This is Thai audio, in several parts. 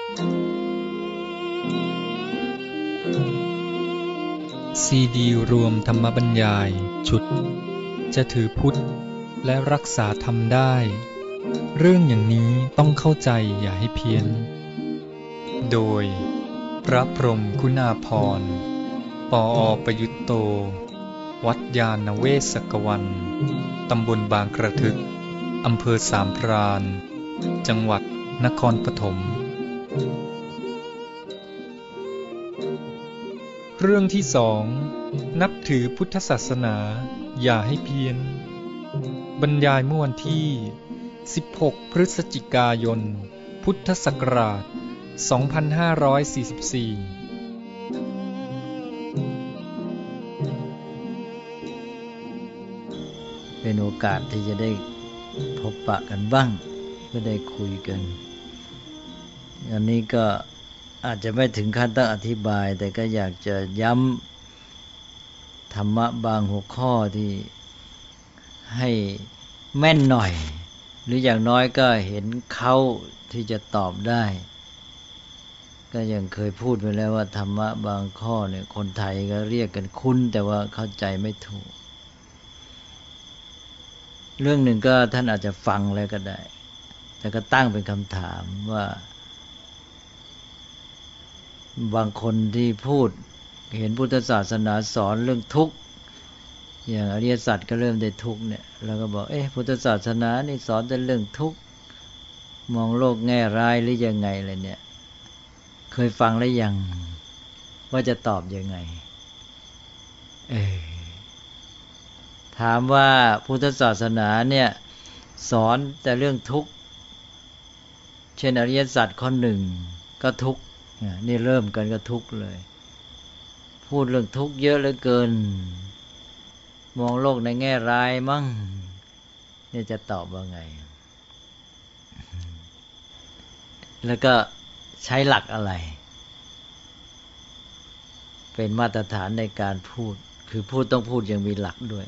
ซีดีรวมธรรมบรรยายชุดจะถือพุทธและรักษาธรรมได้เรื่องอย่างนี้ต้องเข้าใจอย่าให้เพี้ยนโดยพระพรหมคุณาภรณ์ปอประยุตโตวัดยาณเวศกวันตำบลบางกระทึกอำเภอสามพรานจังหวัดนครปฐมเรื่องที่สองนับถือพุทธศาสนาอย่าให้เพี้ยนบรรยายเมื่อวันที่16พฤศจิกายนพุทธศักราช2544 เป็นโอกาสที่จะได้พบปะกันบ้างก็ได้คุยกันอันนี้ก็อาจจะไม่ถึงขั้นต้องอธิบายแต่ก็อยากจะย้ำธรรมะบางหัวข้อที่ให้แม่นหน่อยหรืออย่างน้อยก็เห็นเขาที่จะตอบได้ก็ยังเคยพูดไปแล้วว่าธรรมะบางข้อเนี่ยคนไทยก็เรียกกันคุ้นแต่ว่าเข้าใจไม่ถูกเรื่องหนึ่งก็ท่านอาจจะฟังแล้วก็ได้แต่ก็ตั้งเป็นคำถามว่าบางคนที่พูดเห็นพุทธศาสนาสอนเรื่องทุกข์อย่างอริยสัจก็เริ่มได้ทุกข์เนี่ยแล้วก็บอกพุทธศาสนานี่สอนแต่เรื่องทุกข์มองโลกแง่ร้ายหรือยังไงเลยเนี่ยเคยฟังแล้วยังว่าจะตอบยังไงถามว่าพุทธศาสนาเนี่ยสอนแต่เรื่องทุกข์เช่นอริยสัจข้อหนึ่งก็ทุกข์นี่เริ่มกันก็ทุกข์เลยพูดเรื่องทุกข์เยอะเหลือเกินมองโลกในแง่ร้ายมั่งเนี่ยจะตอบว่าไงแล้วก็ใช้หลักอะไรเป็นมาตรฐานในการพูดคือพูดต้องพูดอย่างมีหลักด้วย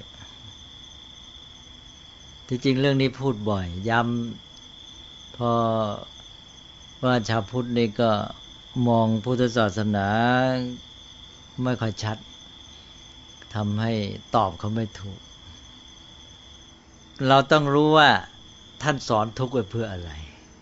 ที่จริงเรื่องนี้พูดบ่อยย้ำพอว่าชาวพุทธนี่ก็มองพุทธศาสนาไม่ค่อยชัดทำให้ตอบเขาไม่ถูกเราต้องรู้ว่าท่านสอนทุกข์ไว้เพื่ออะไร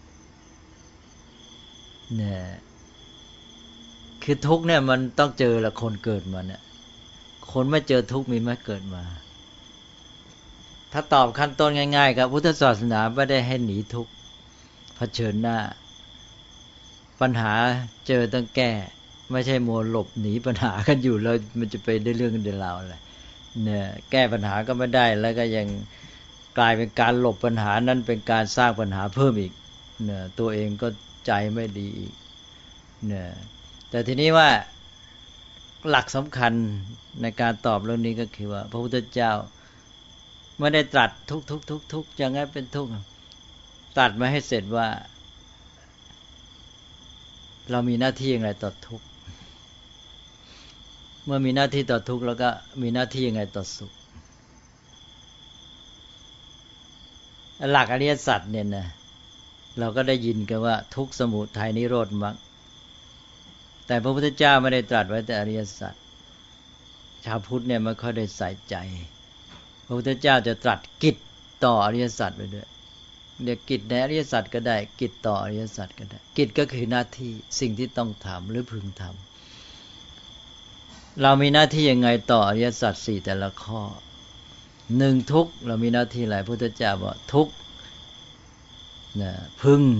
เนี่ยคือทุกข์เนี่ยมันต้องเจอละคนเกิดมาเนี่ยคนไม่เจอทุกข์มีไหมเกิดมาถ้าตอบขั้นต้นง่ายๆครับพุทธศาสนาไม่ได้ให้หนีทุกข์เผชิญหน้าปัญหาเจอต้องแก้ไม่ใช่มัวหลบหนีปัญหากันอยู่แล้วมันจะไปได้เรื่องกันเดี๋ยวราวอะไรเนี่ยแก้ปัญหาก็ไม่ได้แล้วก็ยังกลายเป็นการหลบปัญหานั้นเป็นการสร้างปัญหาเพิ่มอีกเนี่ยตัวเองก็ใจไม่ดีอีกเนี่ยแต่ทีนี้ว่าหลักสำคัญในการตอบเรื่องนี้ก็คือว่าพระพุทธเจ้าไม่ได้ตรัสทุกอย่างนั้นเป็นทุกข์ตรัสมาให้เสร็จว่าเรามีหน้าที่อย่างไรต่อทุกข์เมื่อมีหน้าที่ต่อทุกข์แล้วก็มีหน้าที่ยังไงต่อสุขหลักอริยสัจเนี่ยนะเราก็ได้ยินกันว่าทุกข์สมุทัยนิโรธมรรคแต่พระพุทธเจ้าไม่ได้ตรัสไว้แต่อริยสัจชาวพุทธเนี่ยไม่ค่อยได้ใส่ใจพระพุทธเจ้าจะตรัสกิจต่ออริยสัจไว้ด้วยเรียกกิจในอริยสัจก็ได้กิจต่ออริยสัจก็ได้กิจก็คือหน้าที่สิ่งที่ต้องทำหรือพึงทำเรามีหน้าที่ยังไงต่ออริยสัจ4แต่ละข้อ1ทุกข์เรามีหน้าที่อะไรพุทธเจ้าบอกทุกข์นะพึง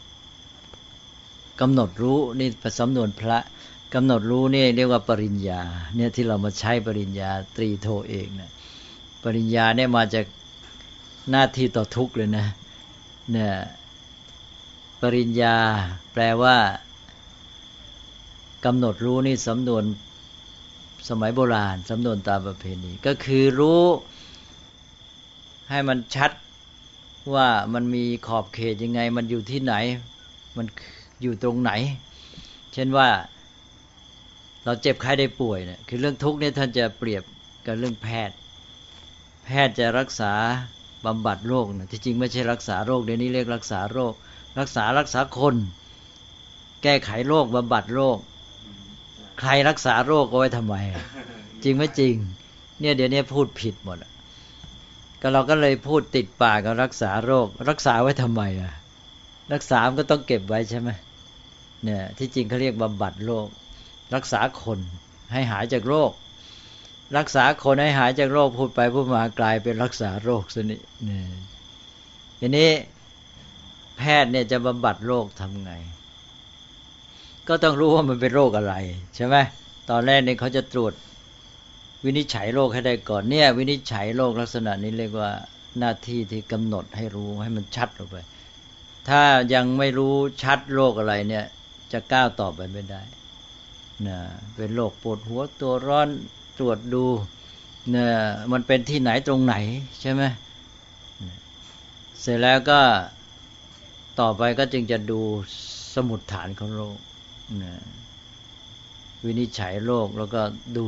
กำหนดรู้นี่สำนวนพระกำหนดรู้นี่เรียกว่าปริญญาเนี่ยที่เรามาใช้ปริญญาตรีโทเอกนะปริญญาเนี่ยมาจากหน้าที่ต่อทุกข์เลยนะเนี่ยปริญญาแปลว่ากำหนดรู้นี่สำนวนสมัยโบราณสำนวนตามประเพณีก็คือรู้ให้มันชัดว่ามันมีขอบเขตยังไงมันอยู่ที่ไหนมันอยู่ตรงไหนเช่นว่าเราเจ็บไข้ได้ป่วยเนี่ยคือเรื่องทุกข์เนี่ยท่านจะเปรียบกับเรื่องแพทย์จะรักษาบำบัดโรคนะที่จริงไม่ใช่รักษาโรคเดี๋ยวนี้เรียกรักษาโรครักษาคนแก้ไขโรคบำบัดโรคใครรักษาโรคเอาไว้ทำไมจริงไม่จริงเนี่ยเดี๋ยวนี้พูดผิดหมดก็เราก็เลยพูดติดปากกับรักษาโรครักษาไว้ทำไมรักษามันก็ต้องเก็บไว้ใช่ไหมเนี่ยที่จริงเขาเรียกบำบัดโรครักษาคนให้หายจากโรครักษาคนให้หายจากโรคพูดไปพูดมากลายเป็นรักษาโรคซะนี่ทีนี้แพทย์เนี่ยจะบำบัดโรคทำไงก็ต้องรู้ว่ามันเป็นโรคอะไรใช่ไหมตอนแรกเนี่ยเขาจะตรวจวินิจฉัยโรคให้ได้ก่อนเนี่ยวินิจฉัยโรคลักษณะนี้เรียกว่าหน้าที่ที่กำหนดให้รู้ให้มันชัดออกไปถ้ายังไม่รู้ชัดโรคอะไรเนี่ยจะก้าวต่อไปไม่ได้นะเป็นโรคปวดหัวตัวร้อนตรวจดูเนี่ยมันเป็นที่ไหนตรงไหนใช่ไหมเสร็จแล้วก็ต่อไปก็จึงจะดูสมุดฐานของโรคนะวินิจฉัยโรคแล้วก็ดู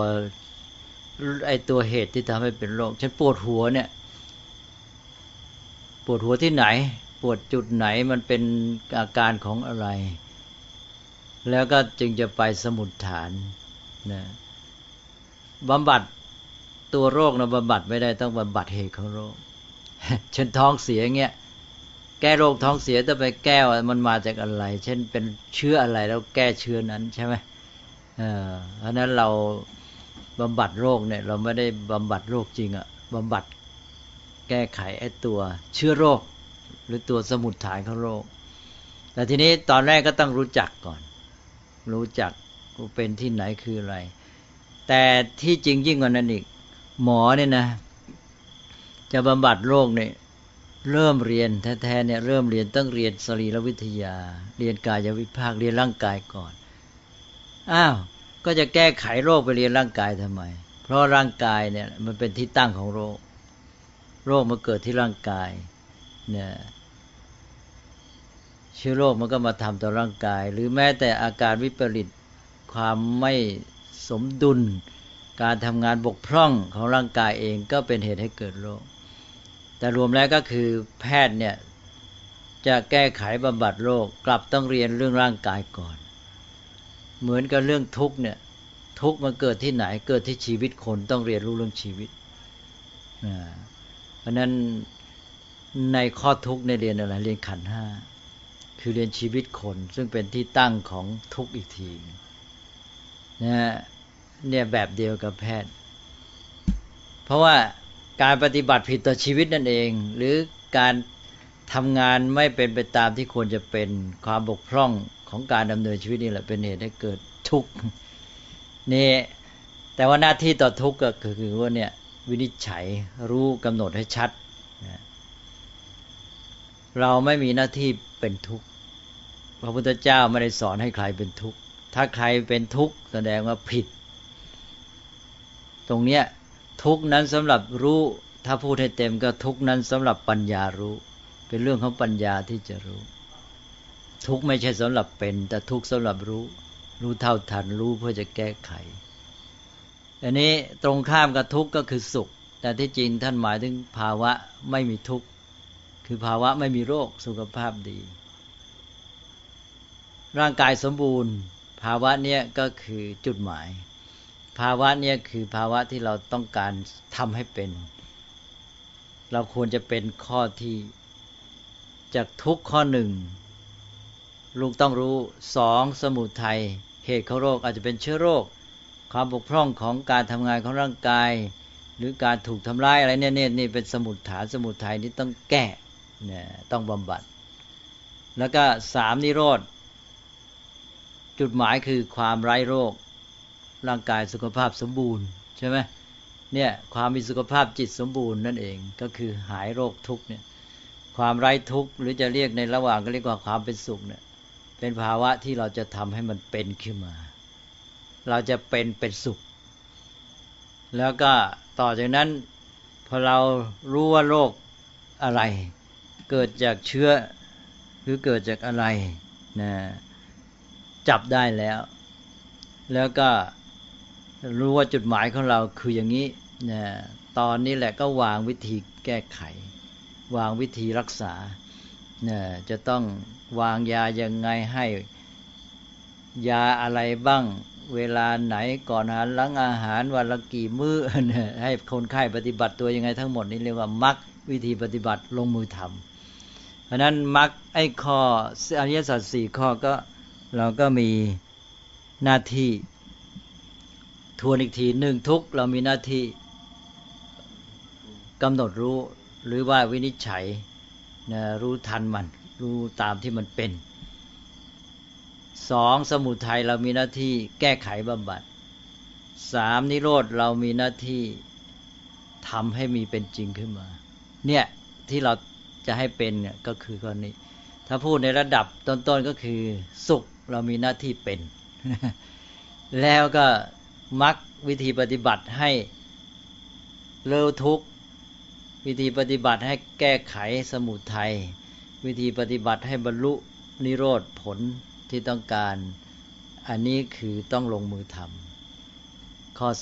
ตัวเหตุที่ทำให้เป็นโรคฉันปวดหัวเนี่ยปวดหัวที่ไหนปวดจุดไหนมันเป็นอาการของอะไรแล้วก็จึงจะไปสมุดฐานนะบำบัดตัวโรคนะบำบัดไม่ได้ต้องบำบัดเหตุของโรคเช่นท้องเสียเงี้ยแก้โรคท้องเสียต้องไปแก้ว่ามันมาจากอะไรเช่นเป็นเชื้ออะไรแล้วแก้เชื้อนั้นใช่ไหมเพราะนั้นเราบำบัดโรคเนี่ยเราไม่ได้บำบัดโรคจริงบำบัดแก้ไขไอ้ตัวเชื้อโรคหรือตัวสมุดฐานของโรคแต่ทีนี้ตอนแรกก็ต้องรู้จักก่อนรู้จักว่าเป็นที่ไหนคืออะไรแต่ที่จริงยิ่งกว่านั้นอีกหมอเนี่ยนะจะบำบัดโรคเนี่ยเริ่มเรียนแท้ๆเนี่ยเริ่มเรียนต้องเรียนสรีรวิทยาเรียนกายวิภาคเรียนร่างกายก่อนก็จะแก้ไขโรคไปเรียนร่างกายทำไมเพราะร่างกายเนี่ยมันเป็นที่ตั้งของโรคมันเกิดที่ร่างกายเนี่ยเชื้อโรคมันก็มาทำต่อร่างกายหรือแม้แต่อาการวิปริตความไม่สมดุลการทำงานบกพร่องของร่างกายเองก็เป็นเหตุให้เกิดโรคแต่รวมแล้วก็คือแพทย์เนี่ยจะแก้ไขบำบัดโรคกลับต้องเรียนเรื่องร่างกายก่อนเหมือนกับเรื่องทุกข์เนี่ยทุกข์มันเกิดที่ไหนเกิดที่ชีวิตคนต้องเรียนรู้เรื่องชีวิตเพราะนั้นในข้อทุกข์ในเรียนอะไรเรียนขันธ์ห้าคือเรียนชีวิตคนซึ่งเป็นที่ตั้งของทุกข์อีกทีเนี่ยแบบเดียวกับแพทย์เพราะว่าการปฏิบัติผิดต่อชีวิตนั่นเองหรือการทำงานไม่เป็นไปตามที่ควรจะเป็นความบกพร่องของการดำเนินชีวิตนี่แหละเป็นเหตุให้เกิดทุกข์นี่แต่ว่าหน้าที่ต่อทุกข์ก็คือว่าเนี่ยวินิจฉัยรู้กำหนดให้ชัดเราไม่มีหน้าที่เป็นทุกข์พระพุทธเจ้าไม่ได้สอนให้ใครเป็นทุกข์ถ้าใครเป็นทุกข์แสดงว่าผิดตรงเนี้ยทุกข์นั้นสำหรับรู้ถ้าพูดให้เต็มก็ทุกข์นั้นสำหรับปัญญารู้เป็นเรื่องของปัญญาที่จะรู้ทุกข์ไม่ใช่สำหรับเป็นแต่ทุกข์สำหรับรู้เท่าทันรู้เพื่อจะแก้ไขอันนี้ตรงข้ามกับทุกข์ก็คือสุขแต่ที่จริงท่านหมายถึงภาวะไม่มีทุกข์คือภาวะไม่มีโรคสุขภาพดีร่างกายสมบูรณ์ภาวะเนี้ยก็คือจุดหมายภาวะเนี้ยคือภาวะที่เราต้องการทำให้เป็นเราควรจะเป็นข้อที่จากทุกข้อหนึ่งลูกต้องรู้สองสมุทัยเหตุของโรคอาจจะเป็นเชื้อโรคความบกพร่องของการทำงานของร่างกายหรือการถูกทำร้ายอะไรเนี่ยนี่เป็นสมุทัยนี่ต้องแก้เนี่ยต้องบำบัดแล้วก็สามนิโรธจุดหมายคือความไร้โรคร่างกายสุขภาพสมบูรณ์ใช่ไหมเนี่ยความมีสุขภาพจิตสมบูรณ์นั่นเองก็คือหายโรคทุกข์เนี่ยความไร้ทุกข์หรือจะเรียกในระหว่างก็เรียกว่าความเป็นสุขเนี่ยเป็นภาวะที่เราจะทำให้มันเป็นขึ้นมาเราจะเป็นสุขแล้วก็ต่อจากนั้นพอเรารู้ว่าโรคอะไรเกิดจากเชื้อหรือเกิดจากอะไรนะจับได้แล้วก็รู้ว่าจุดหมายของเราคืออย่างนี้นะตอนนี้แหละก็วางวิธีแก้ไขวางวิธีรักษานะจะต้องวางยายังไงให้ยาอะไรบ้างเวลาไหนก่อนอาหารหลังอาหารวันละกี่มื้อให้คนไข้ปฏิบัติตัวยังไงทั้งหมดนี้เรียกว่ามรรควิธีปฏิบัติลงมือทำเพราะนั้นมรรคไอ้ข้ออริยสัจสี่ข้อก็เราก็มีหน้าที่ทวนอีกทีหนึ่งทุกเรามีหน้าที่กำหนดรู้หรือว่าวินิจฉัยนะรู้ทันมันรู้ตามที่มันเป็นสองสมุทัยเรามีหน้าที่แก้ไขบำบัดสามนิโรธเรามีหน้าที่ทำให้มีเป็นจริงขึ้นมาเนี่ยที่เราจะให้เป็นเนี่ยก็คือข้อนี้ถ้าพูดในระดับต้นๆก็คือสุขเรามีหน้าที่เป็น แล้วก็มรรควิธีปฏิบัติให้เลิกทุกข์วิธีปฏิบัติให้แก้ไขสมุทัยวิธีปฏิบัติให้บรรลุนิโรธผลที่ต้องการอันนี้คือต้องลงมือทำข้อ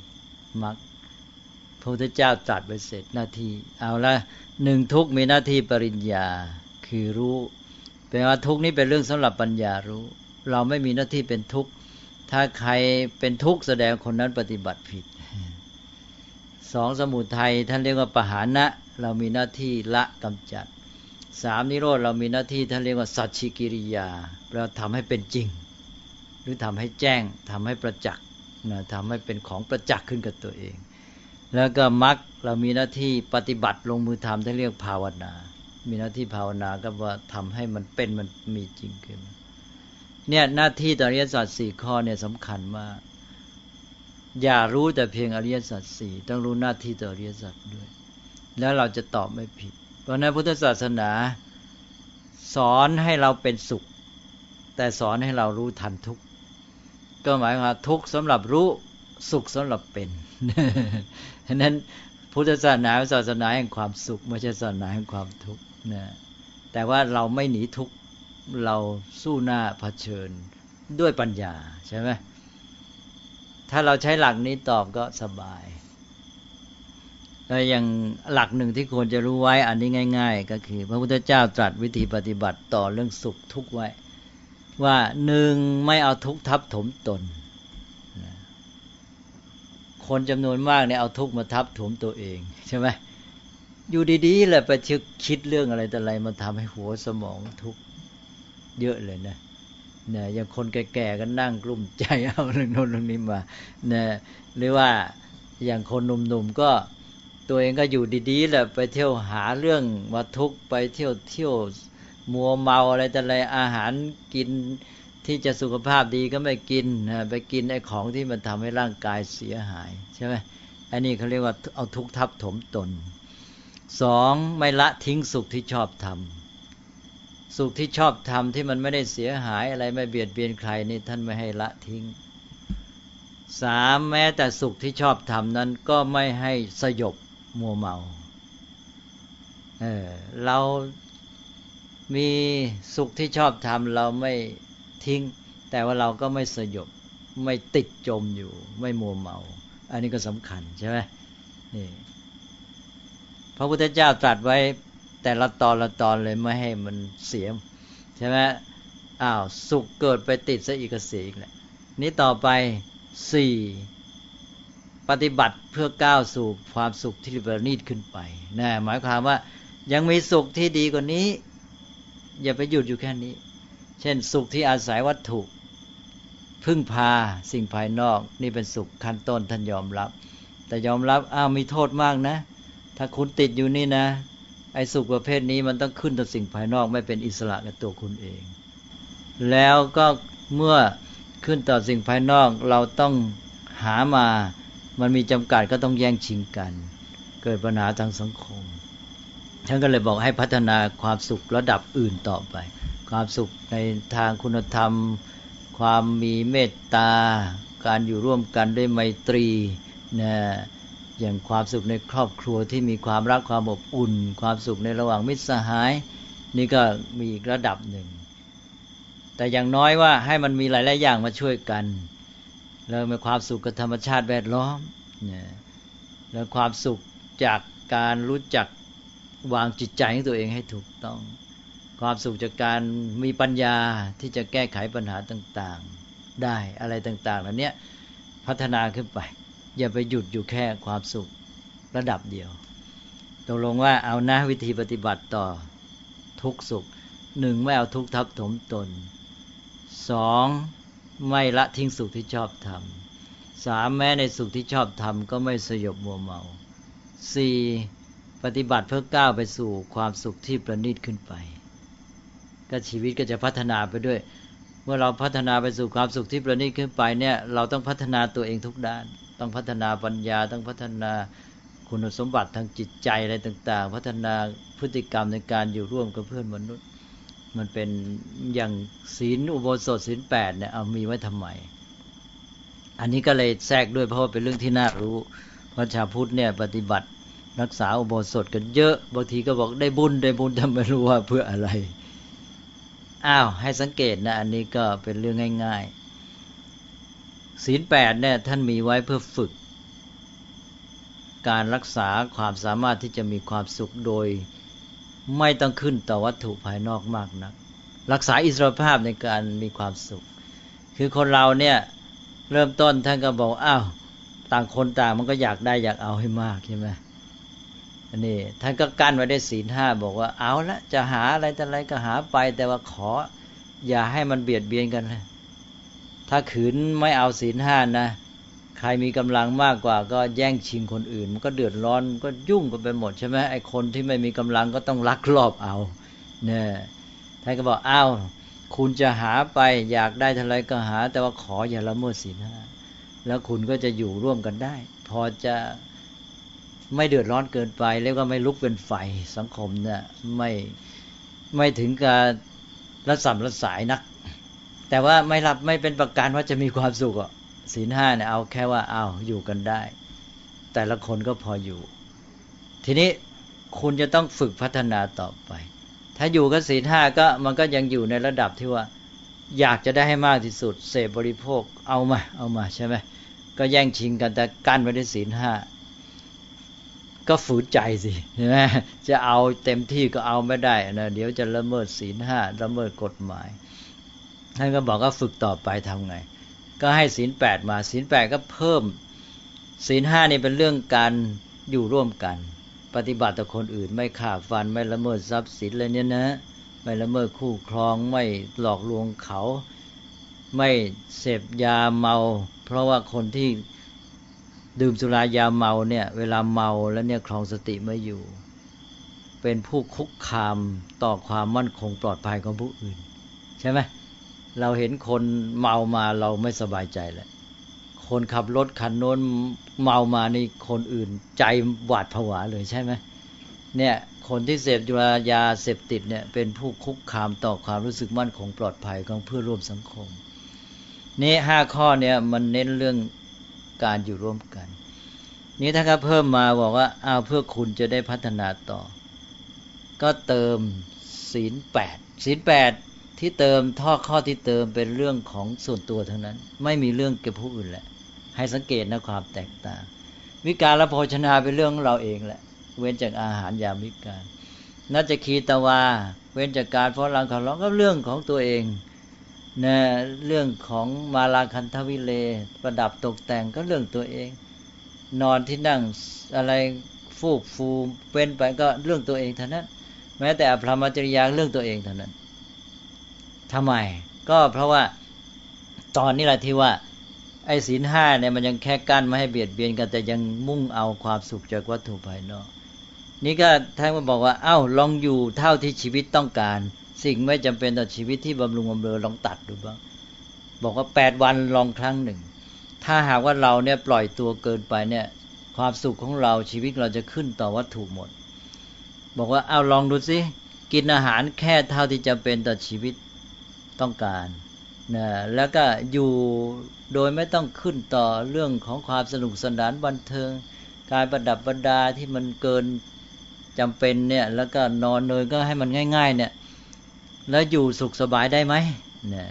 4มรรคพระพุทธเจ้าตรัสไว้เสร็จหน้าที่เอาละหนึ่งทุกข์มีหน้าที่ปริญญาคือรู้แปลว่าทุกข์นี้เป็นเรื่องสำหรับปัญญารู้เราไม่มีหน้าที่เป็นทุกข์ถ้าใครเป็นทุกข์แสดงคนนั้นปฏิบัติผิดสองสมุทัยท่านเรียกว่าปหานะเรามีหน้าที่ละกำจัดสามนิโรธเรามีหน้าที่ท่านเรียกว่าสัจฉิกิริยาเราทำให้เป็นจริงหรือทำให้แจ้งทำให้ประจักษ์ทำให้เป็นของประจักษ์ขึ้นกับตัวเองแล้วก็มรรคเรามีหน้าที่ปฏิบัติลงมือทำท่านเรียกภาวนามีหน้าที่ภาวนาก็ว่าทำให้มันเป็นมันมีจริงขึ้นเนี่ยหน้าที่ต่ออริยสัจสี่ข้อเนี่ยสำคัญมากอย่ารู้แต่เพียงอริยสัจสี่ต้องรู้หน้าที่ต่ออริยสัจด้วยแล้วเราจะตอบไม่ผิดเพราะนั้นพุทธศาสนาสอนให้เราเป็นสุขแต่สอนให้เรารู้ทันทุกข์ก็หมายว่าทุกข์สำหรับรู้สุขสำหรับเป็นฉะนั้นพุทธศาสนาศาสนาแห่งความสุขไม่ใช่ศาสนาแห่งความทุกข์นะแต่ว่าเราไม่หนีทุกข์เราสู้หน้าเผชิญด้วยปัญญาใช่ไหมถ้าเราใช้หลักนี้ตอบก็สบายแล้วอย่างหลักหนึ่งที่ควรจะรู้ไว้อันนี้ง่ายๆก็คือพระพุทธเจ้าตรัสวิธีปฏิบัติต่อเรื่องสุขทุกข์ไว้ว่าหนึ่งไม่เอาทุกข์ทับถมตนคนจำนวนมากเนี่ยเอาทุกข์มาทับถมตัวเองใช่ไหมอยู่ดีๆแหละไปคิดเรื่องอะไรแต่อะไรมาทำให้หัวสมองทุกข์เยอะเลยนะเนี่ยอย่างคนแก่ๆก็นั่งกลุ้มใจเอาเรื่องโน้นเรื่องนี้มาเนี่ยหรือว่าอย่างคนหนุ่มๆก็ตัวเองก็อยู่ดีๆแหละไปเที่ยวหาเรื่องมาทุกข์ไปเที่ยวมัวเมาอะไรแต่อะไรอาหารกินที่จะสุขภาพดีก็ไม่กินไปกินไอ้ของที่มันทำให้ร่างกายเสียหายใช่ไหมอันนี้เขาเรียกว่าเอาทุกข์ทับถมตนสองไม่ละทิ้งสุขที่ชอบทำสุขที่ชอบทำที่มันไม่ได้เสียหายอะไรไม่เบียดเบียนใครนี่ท่านไม่ให้ละทิ้งสามแม้แต่สุขที่ชอบทำนั้นก็ไม่ให้สยบมัวเมาเรามีสุขที่ชอบทำเราไม่ทิ้งแต่ว่าเราก็ไม่สยบไม่ติดจมอยู่ไม่มัวเมาอันนี้ก็สำคัญใช่ไหมนี่พระพุทธเจ้าตรัสไว้แต่ละตอนละตอนเลยไม่ให้มันเสียใช่ไหมสุขเกิดไปติดซะอีกเสียอีกแหละนี้ต่อไป4ปฏิบัติเพื่อก้าวสู่ความสุขที่ประณีตขึ้นไปนะหมายความว่ายังมีสุขที่ดีกว่านี้อย่าไปหยุดอยู่แค่นี้เช่นสุขที่อาศัยวัตถุพึ่งพาสิ่งภายนอกนี่เป็นสุขขั้นต้นท่านยอมรับแต่ยอมรับมีโทษมากนะถ้าคุณติดอยู่นี่นะไอ้สุขประเภทนี้มันต้องขึ้นต่อสิ่งภายนอกไม่เป็นอิสระกับตัวคุณเองแล้วก็เมื่อขึ้นต่อสิ่งภายนอกเราต้องหามามันมีจำกัดก็ต้องแย่งชิงกันเกิดปัญหาทางสังคมฉันก็เลยบอกให้พัฒนาความสุขระดับอื่นต่อไปความสุขในทางคุณธรรมความมีเมตตาการอยู่ร่วมกันด้วยไมตรีนะอย่างความสุขในครอบครัวที่มีความรักความอบอุ่นความสุขในระหว่างมิตรสหายนี่ก็มีอีกระดับหนึ่งแต่อย่างน้อยว่าให้มันมีหลายๆอย่างมาช่วยกันแล้วมีความสุขกับธรรมชาติแวดล้อมแล้วความสุขจากการรู้จักวางจิตใจของตัวเองให้ถูกต้องความสุขจากการมีปัญญาที่จะแก้ไขปัญหาต่างได้อะไรต่างๆเหล่านี้พัฒนาขึ้นไปอย่าไปหยุดอยู่แค่ความสุขระดับเดียวตกลงว่าเอานะวิธีปฏิบัติต่อทุกข์สุขหนึ่งไม่เอาทุกข์ทับถมตนสองไม่ละทิ้งสุขที่ชอบทำสามแม้ในสุขที่ชอบทำก็ไม่สยบมัวเมาสี่ปฏิบัติเพื่อก้าวไปสู่ความสุขที่ประณีตขึ้นไปก็ชีวิตก็จะพัฒนาไปด้วยเมื่อเราพัฒนาไปสู่ความสุขที่ประณีตขึ้นไปเนี่ยเราต้องพัฒนาตัวเองทุกด้านต้องพัฒนาปัญญาต้องพัฒนาคุณสมบัติทางจิตใจอะไรต่างๆพัฒนาพฤติกรรมในการอยู่ร่วมกับเพื่อนมนุษย์มันเป็นอย่างศีลอุโบสถศีล8เนี่ยเอามีไว้ทำไมอันนี้ก็เลยแทรกด้วยเพราะว่าเป็นเรื่องที่น่ารู้เพราะชาวพุทธเนี่ยปฏิบัติรักษาอุโบสถกันเยอะบางทีก็บอกได้บุญแต่ไม่รู้ว่าเพื่ออะไรให้สังเกตนะอันนี้ก็เป็นเรื่องง่ายๆศีล8เนี่ยท่านมีไว้เพื่อฝึกการรักษาความสามารถที่จะมีความสุขโดยไม่ต้องขึ้นต่อวัตถุภายนอกมากนักรักษาอิสรภาพในการมีความสุขคือคนเราเนี่ยเริ่มต้นท่านก็บอกต่างคนต่างมันก็อยากได้อยากเอาให้มากใช่ไหมอันนี้ท่านก็กั้นไว้ได้ศีล5บอกว่าเอาละจะหาอะไรแต่อะไรก็หาไปแต่ว่าขออย่าให้มันเบียดเบียนกันเลยถ้าขืนไม่เอาศีล5นะใครมีกำลังมากกว่าก็แย่งชิงคนอื่นมันก็เดือดร้อนก็ยุ่งกันไปหมดใช่ไหมไอ้คนที่ไม่มีกำลังก็ต้องลักลอบเอาเนี่ยท่านก็บอกคุณจะหาไปอยากได้เท่าไรก็หาแต่ว่าขออย่าละเมิดศีล5แล้วคุณก็จะอยู่ร่วมกันได้พอจะไม่เดือดร้อนเกินไปเรียกว่าไม่ลุกเป็นไฟสังคมเนี่ยไม่ถึงกับระส่ำระสายนักแต่ว่าไม่เป็นประกันว่าจะมีความสุขศีล5เนี่ยเอาแค่ว่าอยู่กันได้แต่ละคนก็พออยู่ทีนี้คุณจะต้องฝึกพัฒนาต่อไปถ้าอยู่กับศีล5ก็มันก็ยังอยู่ในระดับที่ว่าอยากจะได้ให้มากที่สุดเสพบริโภคเอามาใช่ไหมก็แย่งชิงกันแต่กั้นไว้ด้วยศีล5ก็ฝืนใจสิใช่ไหมจะเอาเต็มที่ก็เอาไม่ได้นะเดี๋ยวจะละเมิดศีล5ละเมิดกฎหมายท่านก็บอกว่าฝึกต่อไปทำไงก็ให้ศีล8มาศีล8ก็เพิ่มศีล5นี่เป็นเรื่องการอยู่ร่วมกันปฏิบัติต่อคนอื่นไม่ฆ่าฟันไม่ละเมิดทรัพย์สินอะไรเนี่ยนะไม่ละเมิดคู่ครองไม่หลอกลวงเขาไม่เสพยาเมาเพราะว่าคนที่ดื่มสุรายาเมาเนี่ยเวลาเมาแล้วเนี่ยครองสติไม่อยู่เป็นผู้คุกคามต่อความมั่นคงปลอดภัยของผู้อื่นใช่ไหมเราเห็นคนเมามาเราไม่สบายใจแหละคนขับรถคันโน้นเมามานี่คนอื่นใจหวาดผวาเลยใช่ไหมเนี่ยคนที่เสพยาเสพติดเนี่ยเป็นผู้คุกคามต่อความรู้สึกมั่นคงปลอดภัยของเพื่อนร่วมสังคมนี่5ข้อเนี่ยมันเน้นเรื่องการอยู่ร่วมกันนี้ถ้าก็เพิ่มมาบอกว่าเพื่อคุณจะได้พัฒนาต่อก็เติมศีล8ศีล8ที่เติมข้อที่เติมเป็นเรื่องของส่วนตัวทั้งนั้นไม่มีเรื่องเกี่ยวกับผู้อื่นแหละให้สังเกตนะความแตกต่างวิการและโภชนาเป็นเรื่องของเราเองแหละเว้นจากอาหารยามวิกาลนัจจคีตวาเว้นจากการฟ้อนรำขับร้องก็เรื่องของตัวเองนะเรื่องของมาลาคันธวิเลประดับตกแต่งก็เรื่องตัวเองนอนที่นั่งอะไรฟูกฟูเว้นไปก็เรื่องตัวเองเท่านั้นแม้แต่อภรรมจริยาเรื่องตัวเองเท่านั้นทำไมก็เพราะว่าตอนนี้แหละที่ว่าไอ้ศีล5เนี่ยมันยังแค่กั้นไม่ให้เบียดเบียนกันแต่ยังมุ่งเอาความสุขจากวัตถุภายนอกนี่ก็ท่านก็บอกว่าลองอยู่เท่าที่ชีวิตต้องการสิ่งไม่จำเป็นต่อชีวิตที่บำรุงบำเรอลองตัดดูบ้างบอกว่า8วันลองครั้งหนึ่งถ้าหากว่าเราเนี่ยปล่อยตัวเกินไปเนี่ยความสุขของเราชีวิตเราจะขึ้นต่อวัตถุหมดบอกว่าลองดูสิกินอาหารแค่เท่าที่จำเป็นต่อชีวิตต้องการนะแล้วก็อยู่โดยไม่ต้องขึ้นต่อเรื่องของความสนุกสนานบันเทิงการประดับประดาที่มันเกินจำเป็นเนี่ยแล้วก็นอนเลยก็ให้มันง่ายๆเนี่ยแล้วอยู่สุขสบายได้ไหมนะ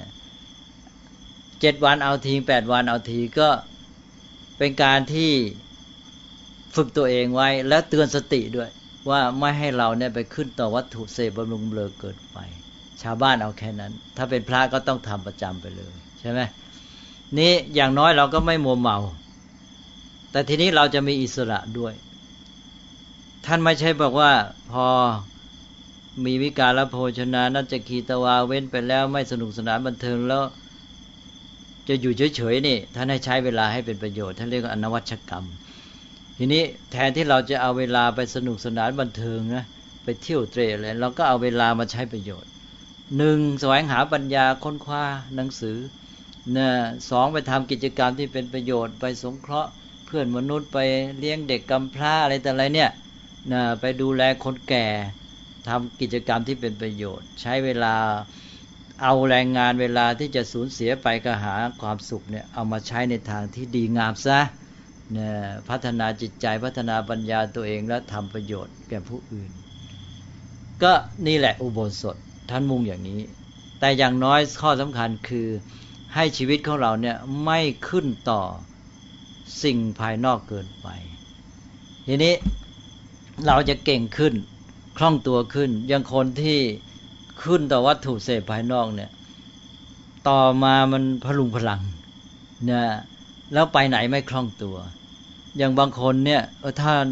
7วันเอาที8วันเอาทีก็เป็นการที่ฝึกตัวเองไว้และเตือนสติด้วยว่าไม่ให้เราเนี่ยไปขึ้นต่อวัตถุเสพบำรุงเบลอเกินไปชาวบ้านเอาแค่นั้นถ้าเป็นพระก็ต้องทำประจำไปเลยใช่ไหมนี้อย่างน้อยเราก็ไม่มัวเมาแต่ทีนี้เราจะมีอิสระด้วยท่านไม่ใช่บอกว่าพอมีวิกาลโภชนานัจจคีตวาเว้นไปแล้วไม่สนุกสนานบันเทิงแล้วจะอยู่เฉยๆนี่ท่านให้ใช้เวลาให้เป็นประโยชน์ท่านเรียกว่าอนวัชกรรมทีนี้แทนที่เราจะเอาเวลาไปสนุกสนานบันเทิงนะไปเที่ยวเตร่อะไรเราก็เอาเวลามาใช้ประโยชน์1แสวงหาปัญญาค้นคว้าหนังสือนะ2ไปทำกิจกรรมที่เป็นประโยชน์ไปสงเคราะห์เพื่อนมนุษย์ไปเลี้ยงเด็กกำพร้าอะไรแต่อะไรเนี่ยนะไปดูแลคนแก่ทำกิจกรรมที่เป็นประโยชน์ใช้เวลาเอาแรงงานเวลาที่จะสูญเสียไปก็หาความสุขเนี่ยเอามาใช้ในทางที่ดีงามซะเนี่ยพัฒนาจิตใจพัฒนาปัญญาตัวเองและทำประโยชน์แก่ผู้อื่นก็นี่แหละอุโบสถท่านมุ่งอย่างนี้แต่อย่างน้อยข้อสำคัญคือให้ชีวิตของเราเนี่ยไม่ขึ้นต่อสิ่งภายนอกเกินไปทีนี้เราจะเก่งขึ้นคล่องตัวขึ้นอย่างคนที่ขึ้นต่อวัตถุเสพภายนอกเนี่ยต่อมามันพลุงพลังเนี่ยแล้วไปไหนไม่คล่องตัวอย่างบางคนเนี่ยถ้า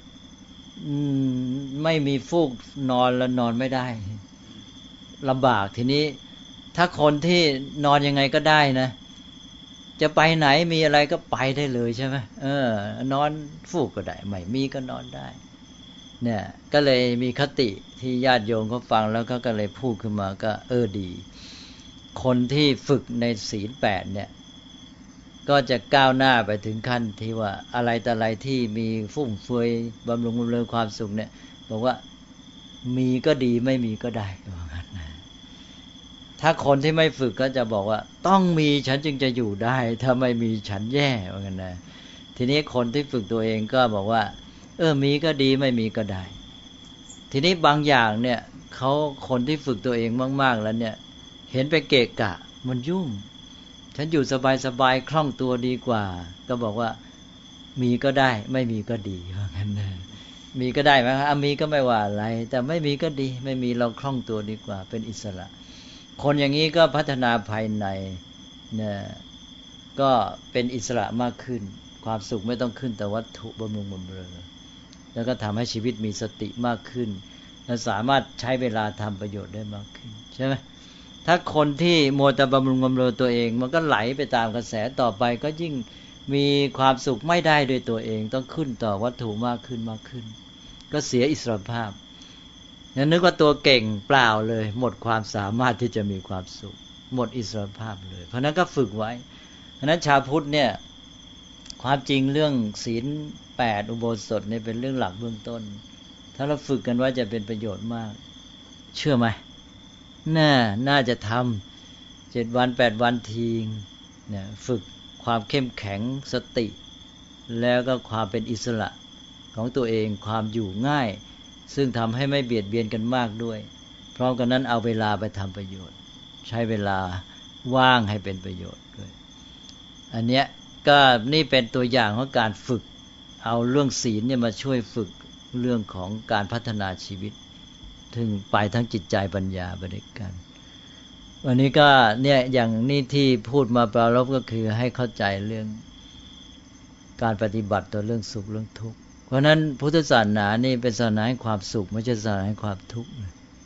ไม่มีฟูกนอนแล้วนอนไม่ได้ลำบากทีนี้ถ้าคนที่นอนยังไงก็ได้นะจะไปไหนมีอะไรก็ไปได้เลยใช่ไหมนอนฟูกก็ได้ไม่มีก็นอนได้เนี่ยก็เลยมีคติที่ญาติโยมเขาฟังแล้วก็เลยพูดขึ้นมาก็ดีคนที่ฝึกในศีล8เนี่ยก็จะก้าวหน้าไปถึงขั้นที่ว่าอะไรแต่อะไรที่มีฟุ่มเฟือยบำรุงบำเรอความสุขเนี่ยบอกว่ามีก็ดีไม่มีก็ได้ว่างั้นนะถ้าคนที่ไม่ฝึกก็จะบอกว่าต้องมีฉันจึงจะอยู่ได้ถ้าไม่มีฉันแย่ว่างั้นนะทีนี้คนที่ฝึกตัวเองก็บอกว่ามีก็ดีไม่มีก็ได้ทีนี้บางอย่างเนี่ยคนที่ฝึกตัวเองมากๆแล้วเนี่ยเห็นไปเกะกะมันยุ่งฉันอยู่สบายๆคล่องตัวดีกว่าก็บอกว่ามีก็ได้ไม่มีก็ดีว่างั้นนะมีก็ได้ไหมครับมีก็ไม่ว่าอะไรแต่ไม่มีก็ดีไม่มีเราคล่องตัวดีกว่าเป็นอิสระคนอย่างนี้ก็พัฒนาภายในเนี่ยก็เป็นอิสระมากขึ้นความสุขไม่ต้องขึ้นแต่วัตถุบำรุงบำเรอแล้วก็ทำให้ชีวิตมีสติมากขึ้นและสามารถใช้เวลาทำประโยชน์ได้มากขึ้นใช่ไหมถ้าคนที่มัวแต่บำรุงบำเรอตัวเองมันก็ไหลไปตามกระแสต่อไปก็ยิ่งมีความสุขไม่ได้ด้วยตัวเองต้องขึ้นต่อวัตถุมากขึ้นก็เสียอิสรภาพงั้นนึกว่าตัวเก่งเปล่าเลยหมดความสามารถที่จะมีความสุขหมดอิสรภาพเลยเพราะนั้นก็ฝึกไว้เพราะนั้นชาวพุทธเนี่ยความจริงเรื่องศีล8อุโบสถเนี่ยเป็นเรื่องหลักเบื้องต้นถ้าเราฝึกกันไว้จะเป็นประโยชน์มากเชื่อไหมน่าจะทำ7 วัน8 วันทีเนี่ยฝึกความเข้มแข็งสติแล้วก็ความเป็นอิสระของตัวเองความอยู่ง่ายซึ่งทำให้ไม่เบียดเบียนกันมากด้วยพร้อมกันนั้นเอาเวลาไปทำประโยชน์ใช้เวลาว่างให้เป็นประโยชน์ด้วยอันเนี้ยก็นี่เป็นตัวอย่างของการฝึกเอาเรื่องศีลเนี่ยมาช่วยฝึกเรื่องของการพัฒนาชีวิตถึงไปทั้งจิตใจปัญญาไปด้วยกันวันนี้ก็เนี่ยอย่างนี้ที่พูดมาปรารภก็คือให้เข้าใจเรื่องการปฏิบัติต่อเรื่องสุขเรื่องทุกข์เพราะนั้นพุทธศาสนานี่เป็นศาสนาแห่งความสุขไม่ใช่ศาสนาแห่งความทุกข์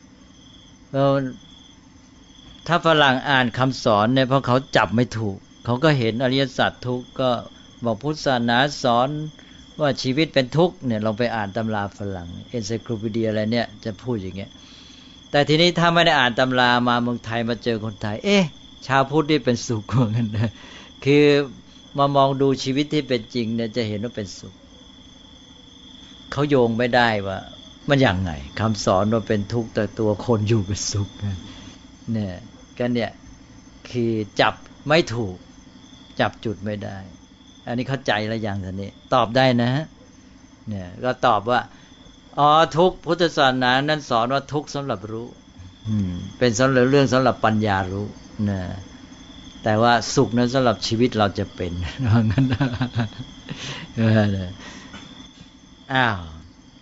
ถ้าฝรั่งอ่านคำสอนเนี่ยเพราะเขาจับไม่ถูกเขาก็เห็นอริยสัจทุกข์ก็บอกพุทธศาสนาสอนว่าชีวิตเป็นทุกข์เนี่ยลองไปอ่านตำราฝรั่งเอนไซโคลปีเดียอะไรเนี่ยจะพูดอย่างเงี้ยแต่ทีนี้ถ้าไม่ได้อ่านตำรามาเมืองไทยมาเจอคนไทยชาวพุทธนี่เป็นสุขเหมือนกันนะคือมามองดูชีวิตที่เป็นจริงเนี่ยจะเห็นว่าเป็นสุขเขาโยงไม่ได้ว่ามันยังไงคำสอนว่าเป็นทุกข์แต่ตัวคนอยู่เป็นสุขเนี่ยก็เนี่ยคือจับไม่ถูกจับจุดไม่ได้อันนี้เข้าใจแล้วอย่างนี้ตอบได้นะเนี่ยก็ตอบว่าทุกข์พุทธศาสนานั้นสอนว่าทุกข์สำหรับรู้เป็นสำหรับเรื่องสำหรับปัญญารู้นะแต่ว่าสุขนั้นสำหรับชีวิตเราจะเป็นว่างั้น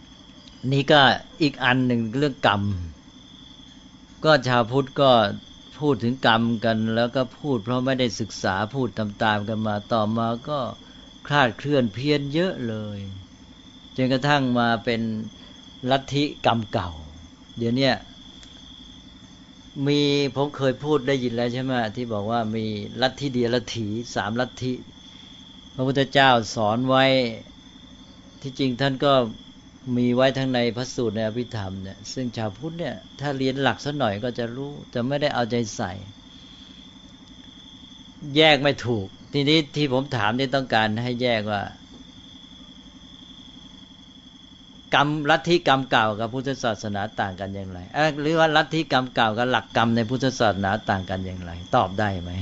นี่ก็อีกอันหนึ่งเรื่องกรรมก็ชาวพุทธก็พูดถึงกรรมกันแล้วก็พูดเพราะไม่ได้ศึกษาพูดตามๆกันมาต่อมาก็คลาดเคลื่อนเพี้ยนเยอะเลยจนกระทั่งมาเป็นลัทธิกรรมเก่าเดี๋ยวนี้มีผมเคยพูดได้ยินแล้วใช่ไหมที่บอกว่ามีลัทธิเดียรถี3ลัทธิพระพุทธเจ้าสอนไว้ที่จริงท่านก็มีไว้ทั้งในพระสูตรในอภิธรรมเนี่ยซึ่งชาวพุทธเนี่ยถ้าเรียนหลักสักหน่อยก็จะรู้แต่ไม่ได้เอาใจใส่แยกไม่ถูกทีนี้ที่ผมถามนี่ต้องการให้แยกว่ากรรมลัทธิกรรมเก่ากับพุทธศาสนาต่างกันอย่างไรหรือว่าลัทธิกรรมเก่ากับหลักกรรมในพุทธศาสนาต่างกันอย่างไรตอบได้ไหม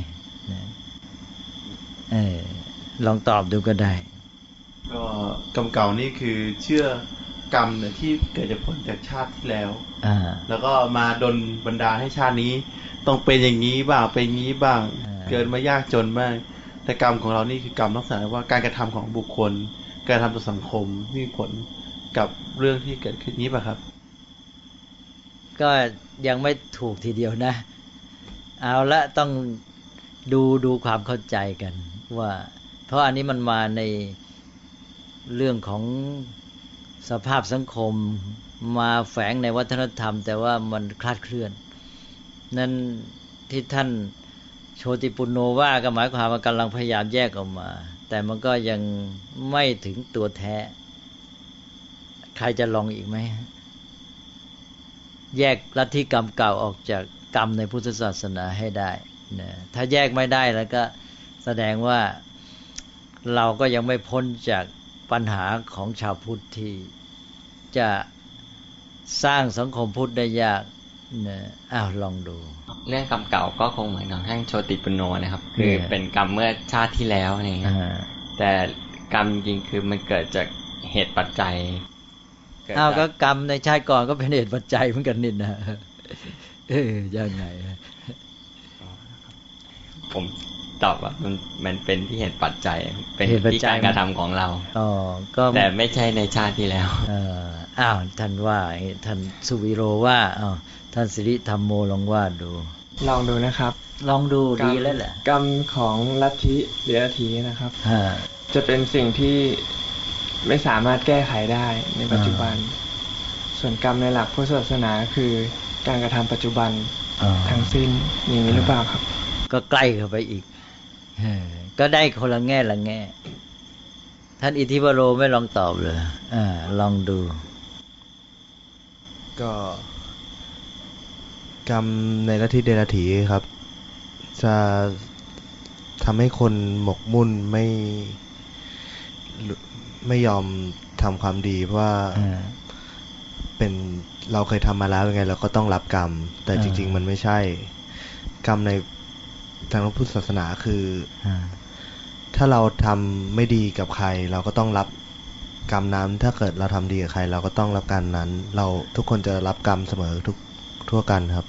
ลองตอบดูก็ได้ก็กรรมเก่านี่คือเชื่อกรรมเนี่ยที่เกิดจากผลจากชาติที่แล้วแล้วก็มาดลบันดาลให้ชาตินี้ต้องเป็นอย่างนี้บ้างเป็นงี้บ้างเกิดมายากจนบ้างแต่กรรมของเรานี่คือกรรมลักษณะว่าการกระทำของบุคคลการทำต่อสังคมมีผลกับเรื่องที่เกิดขึ้นนี้ป่ะครับก็ยังไม่ถูกทีเดียวนะเอาละต้องดูความเข้าใจกันว่าเพราะอันนี้มันมาในเรื่องของสภาพสังคมมาแฝงในวัฒนธรรมแต่ว่ามันคลาดเคลื่อนนั่นที่ท่านโชติปุณโญว่าก็หมายความว่ากำลังพยายามแยกออกมาแต่มันก็ยังไม่ถึงตัวแท้ใครจะลองอีกไหมแยกลัทธิกรรมเก่าออกจากกรรมในพุทธศาสนาให้ได้นะถ้าแยกไม่ได้แล้วก็แสดงว่าเราก็ยังไม่พ้นจากปัญหาของชาวพุทธที่จะสร้างสังคมพุทธได้ยากนะลองดูเรื่องกรรมเก่าก็คงเหมือนของท่านโชติปุณโญนะครับคือเป็นกรรมเมื่อชาติที่แล้วอะไรเงี้ยแต่กรรมจริงคือมันเกิดจากเหตุปัจจัยก็กรรมในชาติก่อนก็เป็นเหตุปัจจัยเหมือนกันนี่นะยังไงผมตอบว่ามันเป็นที่เหตุปัจจัยเป็นที่การกระทำของเราแต่ไม่ใช่ในชาติที่แล้วท่านว่าท่านสุวิโรว่าท่านสิริธรรมโมลองว่าดูลองดูนะครับลองดูดีแล้วแหละกรรมของลัทธิเดียรถีนะครับจะเป็นสิ่งที่ไม่สามารถแก้ไขได้ในปัจจุบันส่วนกรรมในหลักพุทธศาสนาคือการกระทำปัจจุบันทั้งสิ้นอย่างนี้หรือเปล่าครับก็ใกล้เข้าไปอีกก็ได้คนละแง่ละแง่ท่านอิทธิวโรไม่ลองตอบเลยลองดูก็กรรมในลัทธิเดรัจฉีครับจะทำให้คนหมกมุ่นไม่ยอมทำความดีเพราะว่าเป็นเราเคยทำมาแล้วยังไงเราก็ต้องรับกรรมแต่จริงๆมันไม่ใช่กรรมในทางพระพุทธศาสนาคือถ้าเราทำไม่ดีกับใครเราก็ต้องรับกรรมนั้นถ้าเกิดเราทำดีกับใครเราก็ต้องรับกรรมนั้นเราทุกคนจะรับกรรมเสมอทั่วกันครับ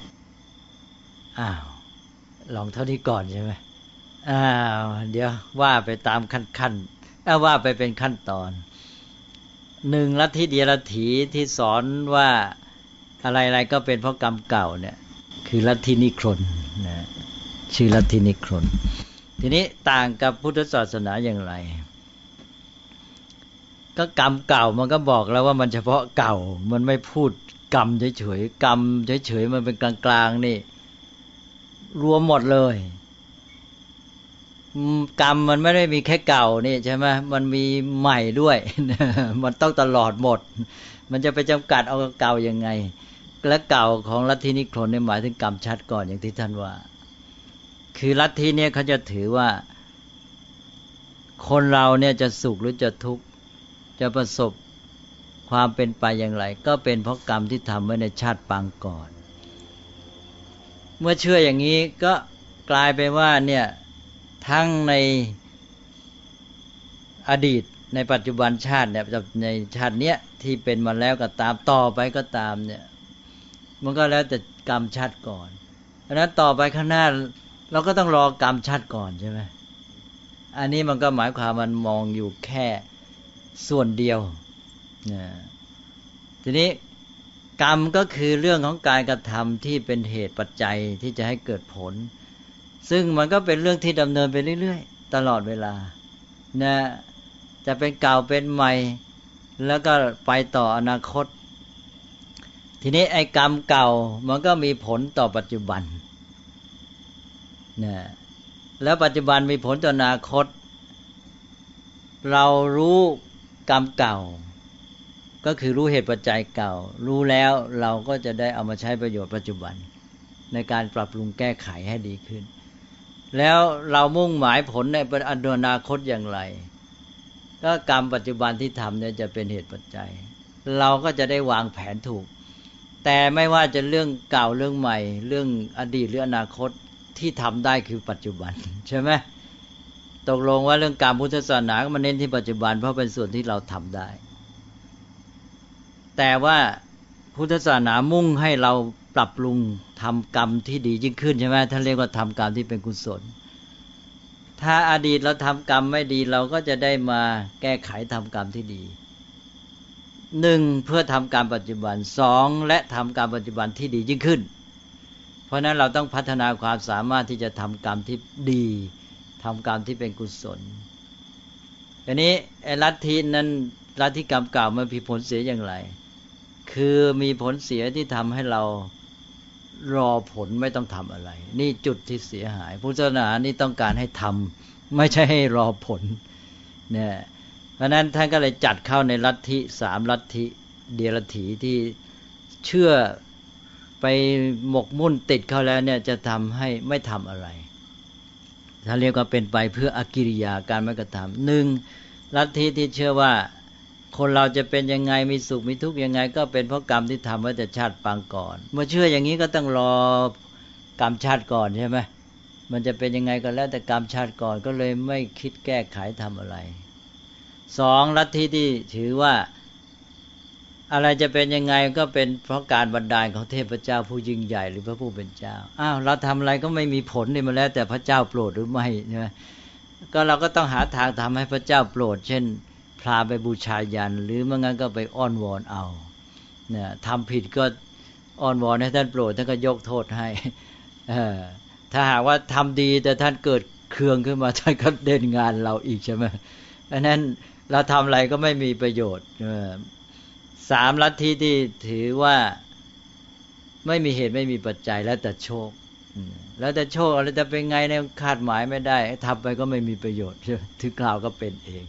ลองเท่านี้ก่อนใช่ไหมเดี๋ยวว่าไปตามขั้นว่าไปเป็นขั้นตอน1ลัทธิเดียรถีที่สอนว่าอะไรๆก็เป็นเพราะกรรมเก่าเนี่ยคือลัทธินิครนนะชื่อลัทธินิครนทีนี้ต่างกับพุทธศาสนาอย่างไรก็กรรมเก่ามันก็บอกแล้วว่ามันเฉพาะเก่ามันไม่พูดกรรมเฉยๆกรรมเฉยๆมันเป็นกลางๆนี่รวมหมดเลยกรรมมันไม่ได้มีแค่เก่านี่ใช่ไหมมันมีใหม่ด้วยมันต้องตลอดหมดมันจะไปจำกัดเอาเก่ายังไงและเก่าของลัทธินิครนเนี่ยหมายถึงกรรมชัดก่อนอย่างที่ท่านว่าคือลัทธิเนี่ยเขาจะถือว่าคนเราเนี่ยจะสุขหรือจะทุกข์จะประสบความเป็นไปอย่างไรก็เป็นเพราะกรรมที่ทำไว้ในชาติปางก่อนเมื่อเชื่ออย่างนี้ก็กลายไปว่าเนี่ยทั้งในอดีตในปัจจุบันชาติเนี่ยในชาติเนี้ยที่เป็นมาแล้วก็ตามต่อไปก็ตามเนี่ยมันก็แล้วแต่กรรมชัดก่อนเพราะนั้นต่อไปข้างหน้าเราก็ต้องรอกรรมชัดก่อนใช่ไหมอันนี้มันก็หมายความมันมองอยู่แค่ส่วนเดียวทีนี้กรรมก็คือเรื่องของการกระทำที่เป็นเหตุปัจจัยที่จะให้เกิดผลซึ่งมันก็เป็นเรื่องที่ดำเนินไปเรื่อยๆตลอดเวลานะจะเป็นเก่าเป็นใหม่แล้วก็ไปต่ออนาคตทีนี้ไอ้กรรมเก่ามันก็มีผลต่อปัจจุบันนะแล้วปัจจุบันมีผลต่ออนาคตเรารู้กรรมเก่าก็คือรู้เหตุปัจจัยเก่ารู้แล้วเราก็จะได้เอามาใช้ประโยชน์ปัจจุบันในการปรับปรุงแก้ไขให้ดีขึ้นแล้วเรามุ่งหมายผลในอนาคตอย่างไรก็กรรมปัจจุบันที่ทำเนี่ยจะเป็นเหตุปัจจัยเราก็จะได้วางแผนถูกแต่ไม่ว่าจะเรื่องเก่าเรื่องใหม่เรื่องอดีตหรืออนาคตที่ทำได้คือปัจจุบันใช่ไหมตกลงว่าเรื่องการพุทธศาสนาก็มาเน้นที่ปัจจุบันเพราะเป็นส่วนที่เราทำได้แต่ว่าพุทธศาสนามุ่งให้เราปรับปรุงทำกรรมที่ดียิ่งขึ้นใช่ไหมท่านเรียกว่าทำกรรมที่เป็นกุศลถ้าอดีตเราทำกรรมไม่ดีเราก็จะได้มาแก้ไขทำกรรมที่ดี1เพื่อทำการปัจจุบัน2และทำการปัจจุบันที่ดียิ่งขึ้นเพราะนั้นเราต้องพัฒนาความสามารถที่จะทำกรรมที่ดีทำกรรมที่เป็นกุศลอันนี้ลัทธินั้นลัทธิกรรมเก่ามันมีผลเสียอย่างไรคือมีผลเสียที่ทำให้เรารอผลไม่ต้องทำอะไรนี่จุดที่เสียหายพุทธศาสนานี่ต้องการให้ทำไม่ใช่ให้รอผลเนี่ยเพราะนั้นท่านก็เลยจัดเข้าในลัทธิ3ลัทธิเดียรถีที่เชื่อไปหมกมุ่นติดเข้าแล้วเนี่ยจะทำให้ไม่ทำอะไรท่านเรียกว่าเป็นไปเพื่ออกิริยาการไม่กระทำ1ลัทธิที่เชื่อว่าคนเราจะเป็นยังไงมีสุขมีทุกข์ยังไงก็เป็นเพราะกรรมที่ทำไว้แต่ชาติปางก่อนเมื่อเชื่ออย่างนี้ก็ต้องรอกรรมชาติก่อนใช่ไหมมันจะเป็นยังไงก็แล้วแต่กรรมชาติก่อนก็เลยไม่คิดแก้ไขทำอะไร2ลัทธิที่ถือว่าอะไรจะเป็นยังไงก็เป็นเพราะการบันดาลของเทพเจ้าผู้ยิ่งใหญ่หรือพระผู้เป็นเจ้าเราทำอะไรก็ไม่มีผลนี่มาแล้วแต่พระเจ้าโปรดหรือไม่ใช่ไหมก็เราก็ต้องหาทางทำให้พระเจ้าโปรดเช่นพาไปบูชายันหรือไม่งั้นก็ไปอ้อนวอนเอาเนี่ยทำผิดก็อ้อนวอนให้ท่านโปรดท่านก็ยกโทษให้ถ้าหากว่าทำดีแต่ท่านเกิดเคืองขึ้นมาท่านก็เด่นงานเราอีกใช่ไหมเพราะนั้นเราทำอะไรก็ไม่มีประโยชน์3ลัทธิที่ถือว่าไม่มีเหตุไม่มีปัจจัยแล้วแต่โชคแล้วแต่โชคอะไรจะเป็นไงเนี่ยคาดหมายไม่ได้ทำไปก็ไม่มีประโยชน์ถึงคราวก็เป็นเอง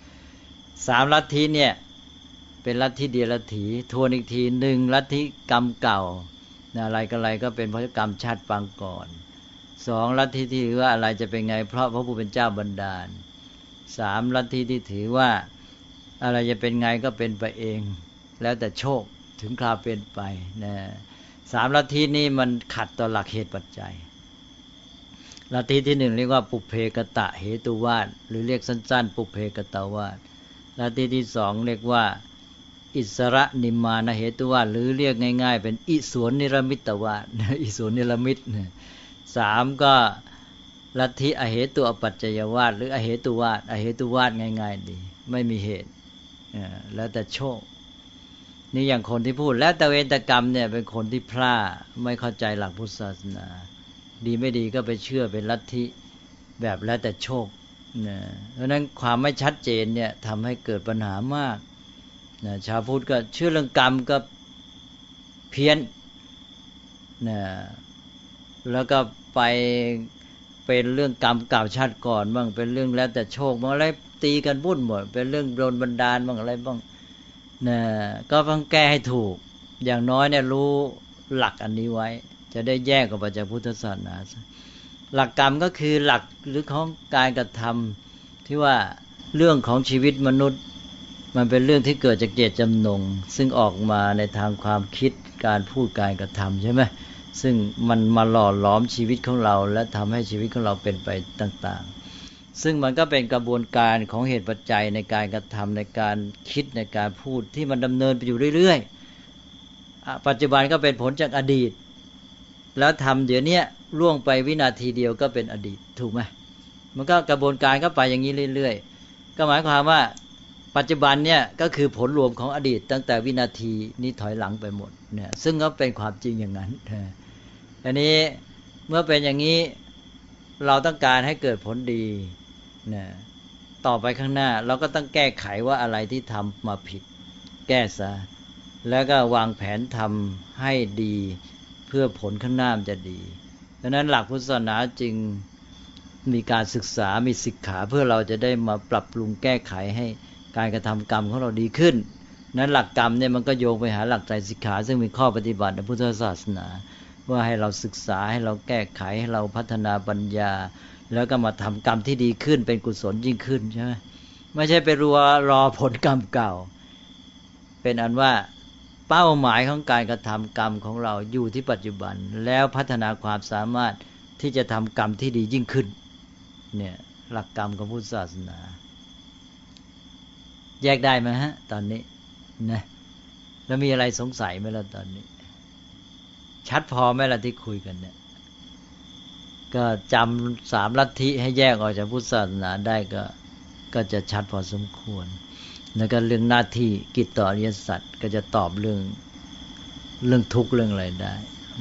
3ลัทธิเนี่ยเป็นลัทธิเดียรถีทวนอีกที1ลัทธิกรรมเก่าอะไรก็อะไรก็เป็นเพราะกรรมชาติปางก่อน2ลัทธิที่ถือว่าอะไรจะเป็นไงเพราะพระผู้เป็นเจ้าบันดาล3ลัทธิที่ถือว่าอะไรจะเป็นไงก็เป็นไปเองแล้วแต่โชคถึงคราวเป็นไปนะ3ลัทธินี้มันขัดต่อหลักเหตุปัจจัยลัทธิที่1เรียกว่าปุเพกตะเหตุวาทหรือเรียกสั้นๆปุเพกตวาทลัทธิที่2เรียกว่าอิสระนิมานเหตุวาทหรือเรียกง่ายๆเป็นอิสวนนิรมิตวาทอิสวนนิรมิต3ก็ลัทธิอเหตุอปัจจยวาทหรืออเหตุวาทอเหตุวาทง่ายๆดีไม่มีเหตุแล้วแต่โชคนี่อย่างคนที่พูดแล้วแต่เวรแต่กรรมเนี่ยเป็นคนที่พลาดไม่เข้าใจหลักพุทธศาสนาดีไม่ดีก็ไปเชื่อเป็นลัทธิแบบแล้วแต่โชคนะเพราะนั้นความไม่ชัดเจนเนี่ยทำให้เกิดปัญหามากนะชาวพุทธก็เชื่อเรื่องกรรมก็เพี้ยนนะแล้วก็ไปเป็นเรื่องกรรมเก่าชาติก่อนบ้างเป็นเรื่องแล้วแต่โชคบ้างอะไรตีกันวุ่นหมดเป็นเรื่องโดนบันดาลบ้างอะไรบ้างนะก็ต้องแก้ให้ถูกอย่างน้อยเนี่ยรู้หลักอันนี้ไว้จะได้แยกออกมาจากพุทธศาสนาหลักกรรมก็คือหลักหรือของการกระทำที่ว่าเรื่องของชีวิตมนุษย์มันเป็นเรื่องที่เกิดจากเจตจำนงซึ่งออกมาในทางความคิดการพูดการกระทำใช่ไหมซึ่งมันมาหล่อหลอมชีวิตของเราและทำให้ชีวิตของเราเป็นไปต่างๆซึ่งมันก็เป็นกระบวนการของเหตุปัจจัยในการกระทำในการคิดในการพูดที่มันดำเนินไปอยู่เรื่อยๆปัจจุบันก็เป็นผลจากอดีตแล้วทำเดี๋ยวนี้ล่วงไปวินาทีเดียวก็เป็นอดีตถูกไหมมันก็กระบวนการก็ไปอย่างนี้เรื่อยๆก็หมายความว่าปัจจุบันเนี่ยก็คือผลรวมของอดีตตั้งแต่วินาทีนี้ถอยหลังไปหมดเนี่ยซึ่งก็เป็นความจริงอย่างนั้นอันนี้เมื่อเป็นอย่างนี้เราต้องการให้เกิดผลดีเนี่ยต่อไปข้างหน้าเราก็ต้องแก้ไขว่าอะไรที่ทำมาผิดแก้ซะแล้วก็วางแผนทำให้ดีเพื่อผลข้างหน้ามันจะดีดังนั้นหลักพุทธศาสนาจึงมีการศึกษามีศิกขาเพื่อเราจะได้มาปรับปรุงแก้ไขให้การกระทำกรรมของเราดีขึ้นนั้นหลักกรรมเนี่ยมันก็โยงไปหาหลักไตรสิกขาซึ่งมีข้อปฏิบัติในพุทธศาสนาว่าให้เราศึกษาให้เราแก้ไขให้เราพัฒนาปัญญาแล้วก็มาทำกรรมที่ดีขึ้นเป็นกุศลยิ่งขึ้นใช่ไหมไม่ใช่ไปรอผลกรรมเก่าเป็นอันว่าเป้าหมายของการกระทำกรรมของเราอยู่ที่ปัจจุบันแล้วพัฒนาความสามารถที่จะทำกรรมที่ดียิ่งขึ้นเนี่ยหลักกรรมของพุทธศาสนาแยกได้ไหมฮะตอนนี้นะแล้วมีอะไรสงสัยไหมล่ะตอนนี้ชัดพอไหมล่ะที่คุยกันเนี่ยก็จำ3ลัทธิให้แยกออกจากพุทธศาสนาได้ก็จะชัดพอสมควรแล้วก็เรื่องหน้าที่กิจต่ออริยสัจก็จะตอบเรื่องทุกข์เรื่องอะไรได้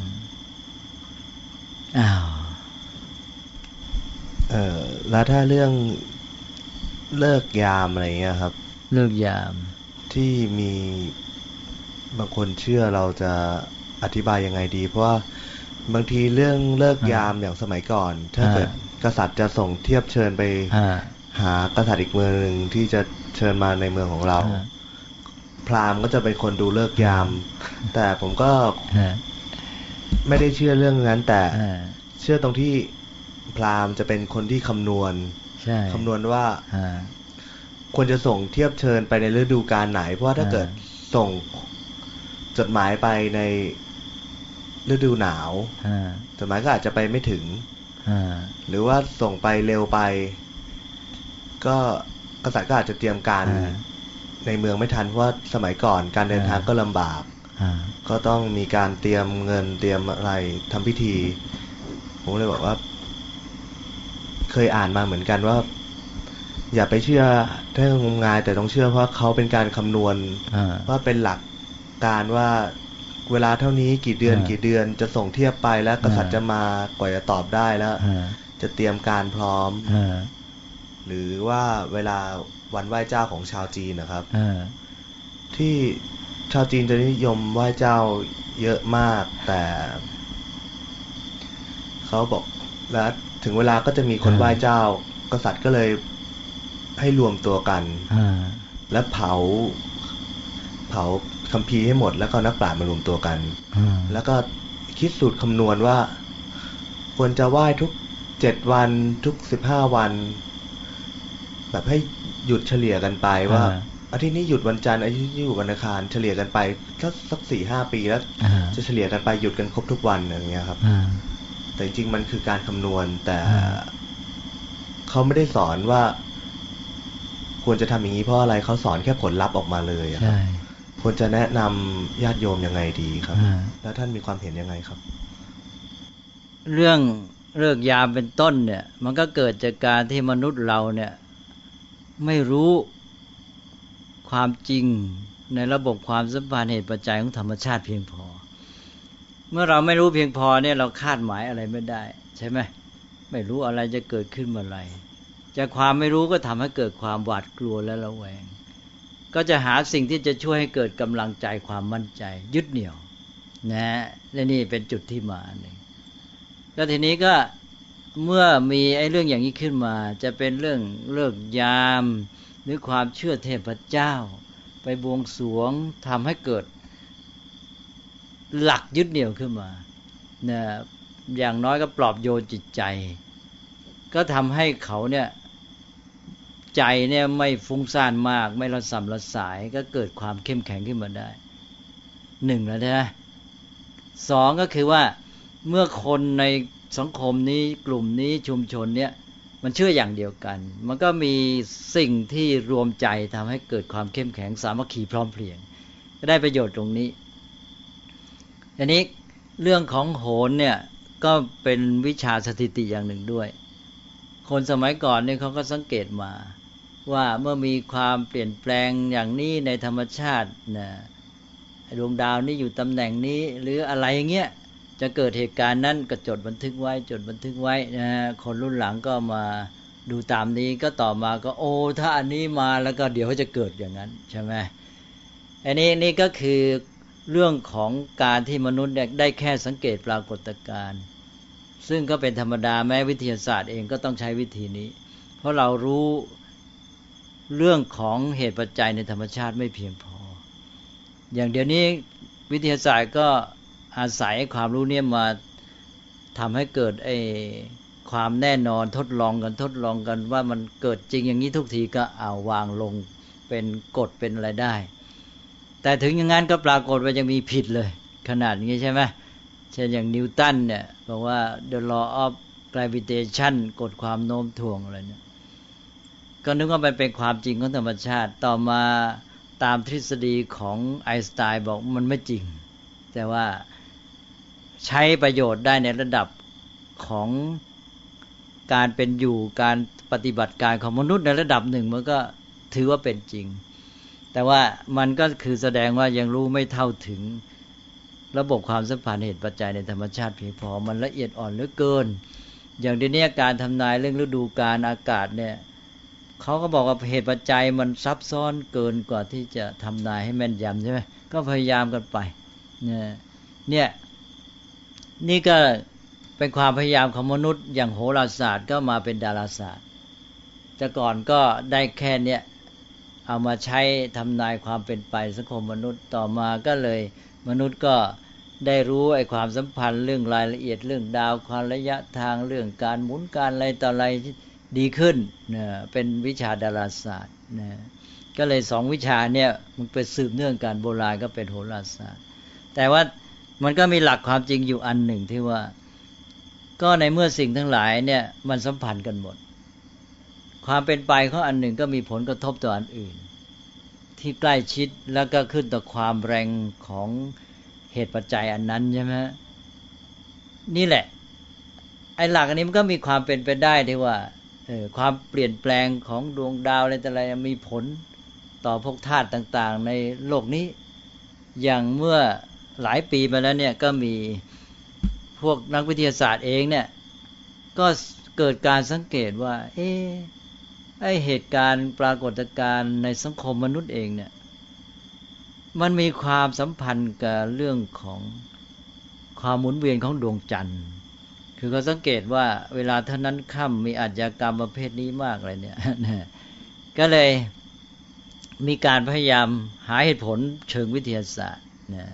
แล้วถ้าเรื่องเลิกยามอะไรเงี้ยครับเลิกยามที่มีบางคนเชื่อเราจะอธิบายยังไงดีเพราะว่าบางทีเรื่องเลิกยามอย่างสมัยก่อนถ้าเกิดกษัตริย์จะส่งเทียบเชิญไปหากษัตริย์อีกเมืองนึงที่จะเชิญมาในเมืองของเราพราหมณ์ก็จะเป็นคนดูเลิกยามแต่ผมก็ไม่ได้เชื่อเรื่องนั้นแต่เชื่อตรงที่พราหมณ์จะเป็นคนที่คำนวณว่าควรจะส่งเทียบเชิญไปในฤดูกาลไหนเพราะว่าถ้าเกิดส่งจดหมายไปในฤดูหนาวจดหมายก็อาจจะไปไม่ถึงหรือว่าส่งไปเร็วไปก็กษัตริย์ก็อาจจะเตรียมการในเมืองไม่ทันเพราะว่าสมัยก่อนการเดินทางก็ลำบากก็ต้องมีการเตรียมเงินเตรียมอะไรทำพิธีผมเลยบอกว่าเคยอ่านมาเหมือนกันว่าอย่าไปเชื่อถ้างมงายแต่ต้องเชื่อเพราะเขาเป็นการคำนวณว่าเป็นหลักการว่าเวลาเท่านี้กี่เดือนจะส่งเทียบไปแล้วกษัตริย์จะมากว่าจะตอบได้แล้วจะเตรียมการพร้อมหรือว่าเวลาวันไหว้เจ้าของชาวจีนนะครับที่ชาวจีนจะนิยมไหว้เจ้าเยอะมากแต่เขาบอกแล้วถึงเวลาก็จะมีคนไหว้เจ้ากษัตริย์ก็เลยให้รวมตัวกันและเผาคัมภีร์ให้หมดแล้วก็นักปราชญ์มารวมตัวกันแล้วก็คิดสูตรคำนวณว่าควรจะไหว้ทุก7วันทุก15วันแบบให้หยุดเฉลี่ยกันไปว่าอาทิตย์นี้หยุดวันจันทร์อาทิตย์นี้หยุดวันอังคารเฉลี่ยกันไปสัก 4-5 ปีแล้วจะเฉลี่ยกันไปหยุดกันครบทุกวันอย่างเงี้ยครับแต่จริงๆมันคือการคำนวณแต่เขาไม่ได้สอนว่าควรจะทำอย่างนี้เพราะอะไรเขาสอนแค่ผลลัพธ์ออกมาเลยครับควรจะแนะนำญาติโยมยังไงดีครับแล้วท่านมีความเห็นยังไงครับเรื่องเลิกยามเป็นต้นเนี่ยมันก็เกิดจากการที่มนุษย์เราเนี่ยไม่รู้ความจริงในระบบความสัมพันธ์เหตุปัจจัยของธรรมชาติเพียงพอเมื่อเราไม่รู้เพียงพอเนี่ยเราคาดหมายอะไรไม่ได้ใช่ไหมไม่รู้อะไรจะเกิดขึ้นเมื่อไหร่จากความไม่รู้ก็ทำให้เกิดความหวาดกลัวและระแวงก็จะหาสิ่งที่จะช่วยให้เกิดกำลังใจความมั่นใจยึดเหนี่ยวนะและนี่เป็นจุดที่มาหนึ่งแล้วทีนี้ก็เมื่อมีไอ้เรื่องอย่างนี้ขึ้นมาจะเป็นเรื่องเลิกยามหรือความเชื่อเทพเจ้าไปบวงสรวงทำให้เกิดหลักยึดเหนี่ยวขึ้นมานะอย่างน้อยก็ปลอบโยนจิตใจก็ทำให้เขาเนี่ยใจเนี่ยไม่ฟุ้งซ่านมากไม่ระส่ำระสายก็เกิดความเข้มแข็งขึ้นมาได้1แล้วนะ2ก็คือว่าเมื่อคนในสังคมนี้กลุ่มนี้ชุมชนเนี่ยมันเชื่ออย่างเดียวกันมันก็มีสิ่งที่รวมใจทำให้เกิดความเข้มแข็งสามัคคีพร้อมเพรียงก็ได้ประโยชน์ตรงนี้อันนี้เรื่องของโหรเนี่ยก็เป็นวิชาสถิติอย่างหนึ่งด้วยคนสมัยก่อนเนี่ยเขาก็สังเกตมาว่าเมื่อมีความเปลี่ยนแปลงอย่างนี้ในธรรมชาตินะดวงดาวนี้อยู่ตำแหน่งนี้หรืออะไรอย่างเงี้ยจะเกิดเหตุการณ์นั้นก็จดบันทึกไว้นะคนรุ่นหลังก็มาดูตามนี้ก็ต่อมาก็โอ้ถ้าอันนี้มาแล้วก็เดี๋ยวจะเกิดอย่างนั้นใช่ไหมอันนี้นี่ก็คือเรื่องของการที่มนุษย์ได้แค่สังเกตปรากฏการณ์ซึ่งก็เป็นธรรมดาแม้วิทยาศาสตร์เองก็ต้องใช้วิธีนี้เพราะเรารู้เรื่องของเหตุปัจจัยในธรรมชาติไม่เพียงพออย่างเดี๋ยวนี้วิทยาศาสตร์ก็อาศัยความรู้เนี่ยมาทำให้เกิดความแน่นอนทดลองกันว่ามันเกิดจริงอย่างนี้ทุกทีก็เอาวางลงเป็นกฎเป็นอะไรได้แต่ถึงอย่างนั้นก็ปรากฏว่ายังมีผิดเลยขนาดนี้ใช่ไหมเช่นอย่างนิวตันเนี่ยบอกว่า the law of gravitation กฎความโน้มถ่วงอะไรเนี่ยก็นึกว่ามันเป็นความจริงของธรรมชาติต่อมาตามทฤษฎีของไอน์สไตน์บอกมันไม่จริงแต่ว่าใช้ประโยชน์ได้ในระดับของการเป็นอยู่การปฏิบัติการของมนุษย์ในระดับหนึ่งมันก็ถือว่าเป็นจริงแต่ว่ามันก็คือแสดงว่ายังรู้ไม่เท่าถึงระบบความสัมพันธ์เหตุปัจจัยในธรรมชาติเพียงพอมันละเอียดอ่อนเหลือเกินอย่างเดี๋ยวนี้การทำนายเรื่องฤดูกาลอากาศเนี่ยเขาก็บอกว่าเหตุปัจจัยมันซับซ้อนเกินกว่าที่จะทำนายให้แม่นยำใช่ไหมก็พยายามกันไปเนี่ยนี่ก็เป็นความพยายามของมนุษย์อย่างโหราศาสตร์ก็มาเป็นดาราศาสตร์แต่ก่อนก็ได้แค่เนี้ยเอามาใช้ทำนายความเป็นไปสังคมมนุษย์ต่อมาก็เลยมนุษย์ก็ได้รู้ไอ้ความสัมพันธ์เรื่องรายละเอียดเรื่องดาวความระยะทางเรื่องการหมุนการอะไรต่ออะไรดีขึ้นนะเป็นวิชาดาราศาสตร์นะก็เลยสองวิชาเนี่ยมันเป็นสืบเนื่องกันโบราณก็เป็นโหราศาสตร์แต่ว่ามันก็มีหลักความจริงอยู่อันหนึ่งที่ว่าก็ในเมื่อสิ่งทั้งหลายเนี่ยมันสัมพันธ์กันหมดความเป็นไปของอันหนึ่งก็มีผลกระทบต่ออันอื่นที่ใกล้ชิดแล้วก็ขึ้นต่อความแรงของเหตุปัจจัยอันนั้นใช่ไหมนี่แหละไอ้หลักอันนี้มันก็มีความเป็นไปได้ที่ว่าความเปลี่ยนแปลงของดวงดาวอะไรต่ออะไรมีผลต่อพวกธาตุต่างๆในโลกนี้อย่างเมื่อหลายปีมาแล้วเนี่ยก็มีพวกนักวิทยาศาสตร์เองเนี่ยก็เกิดการสังเกตว่าไอ้เหตุการณ์ปรากฏการณ์ในสังคมมนุษย์เองเนี่ยมันมีความสัมพันธ์กับเรื่องของความหมุนเวียนของดวงจันทร์คือเขาสังเกตว่าเวลาเท่านั้นค่ำมีอาชญากรรมประเภทนี้มากเลยเนี่ยก็เลยมีการพยายามหาเหตุผลเชิงวิทยาศาสตร์นะ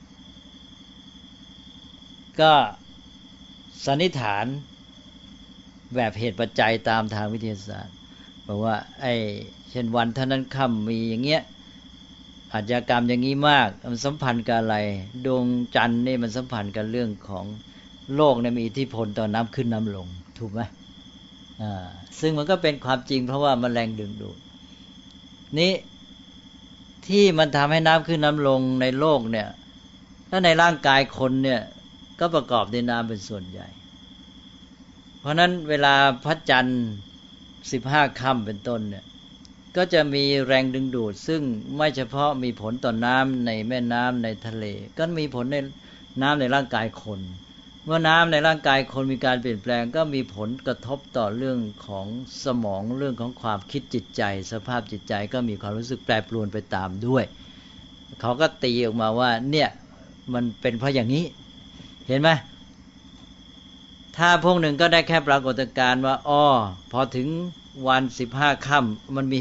ก็สันนิษฐานแบบเหตุปัจจัยตามทางวิทยาศาสตร์บอกว่าเช่นวันเท่านั้นค่ำมีอย่างเงี้ยอาชญากรรมอย่างนี้มากมันสัมพันธ์กับอะไรดวงจันทร์นี่มันสัมพันธ์กับเรื่องของโลกเนี่ยมีอิทธิพลต่อน้ำขึ้นน้ำลงถูกไหมซึ่งมันก็เป็นความจริงเพราะว่ามันแรงดึงดูดนี้ที่มันทำให้น้ำขึ้นน้ำลงในโลกเนี่ยถ้าในร่างกายคนเนี่ยก็ประกอบด้วยน้ำเป็นส่วนใหญ่เพราะนั้นเวลาพระจันทร์15 ค่ำเป็นต้นเนี่ยก็จะมีแรงดึงดูดซึ่งไม่เฉพาะมีผลต่อน้ำในแม่น้ำในทะเลก็มีผลในน้ำในร่างกายคนเมื่อน้ำในร่างกายคนมีการเปลี่ยนแปลงก็มีผลกระทบต่อเรื่องของสมองเรื่องของความคิดจิตใจสภาพจิตใจก็มีความรู้สึกแปรปรวนไปตามด้วยเขาก็ตีออกมาว่าเนี่ยมันเป็นเพราะอย่างนี้เห็นไหมถ้าพวกหนึ่งก็ได้แค่ปรากฏการณ์ว่าพอถึงวัน15 ค่ำมันมี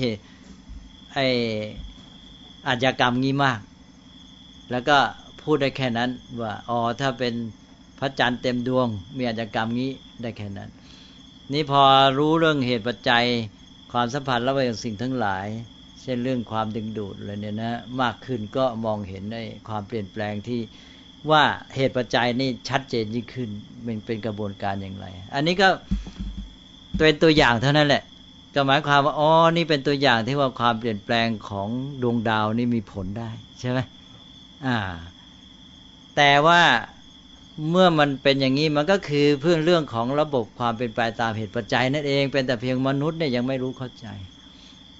อาชญากรรมงี้มากแล้วก็พูดได้แค่นั้นว่าถ้าเป็นพระจันทร์เต็มดวงมีอาชญากรรมงี้ได้แค่นั้นนี่พอรู้เรื่องเหตุปัจจัยความสัมพันธ์ระหว่างสิ่งทั้งหลายเช่นเรื่องความดึงดูดอะไรเนี่ยนะมากขึ้นก็มองเห็นในความเปลี่ยนแปลงที่ว่าเหตุปัจจัยนี่ชัดเจนยิ่งขึ้นเป็นกระบวนการอย่างไรอันนี้ก็เป็นตัวอย่างเท่านั้นแหละก็หมายความว่านี่เป็นตัวอย่างที่ว่าความเปลี่ยนแปลงของดวงดาวนี่มีผลได้ใช่ไหมแต่ว่าเมื่อมันเป็นอย่างนี้มันก็คือเพื่อเรื่องของระบบความเป็นไปตามเหตุปัจจัยนั่นเองเป็นแต่เพียงมนุษย์เนี่ยยังไม่รู้เข้าใจ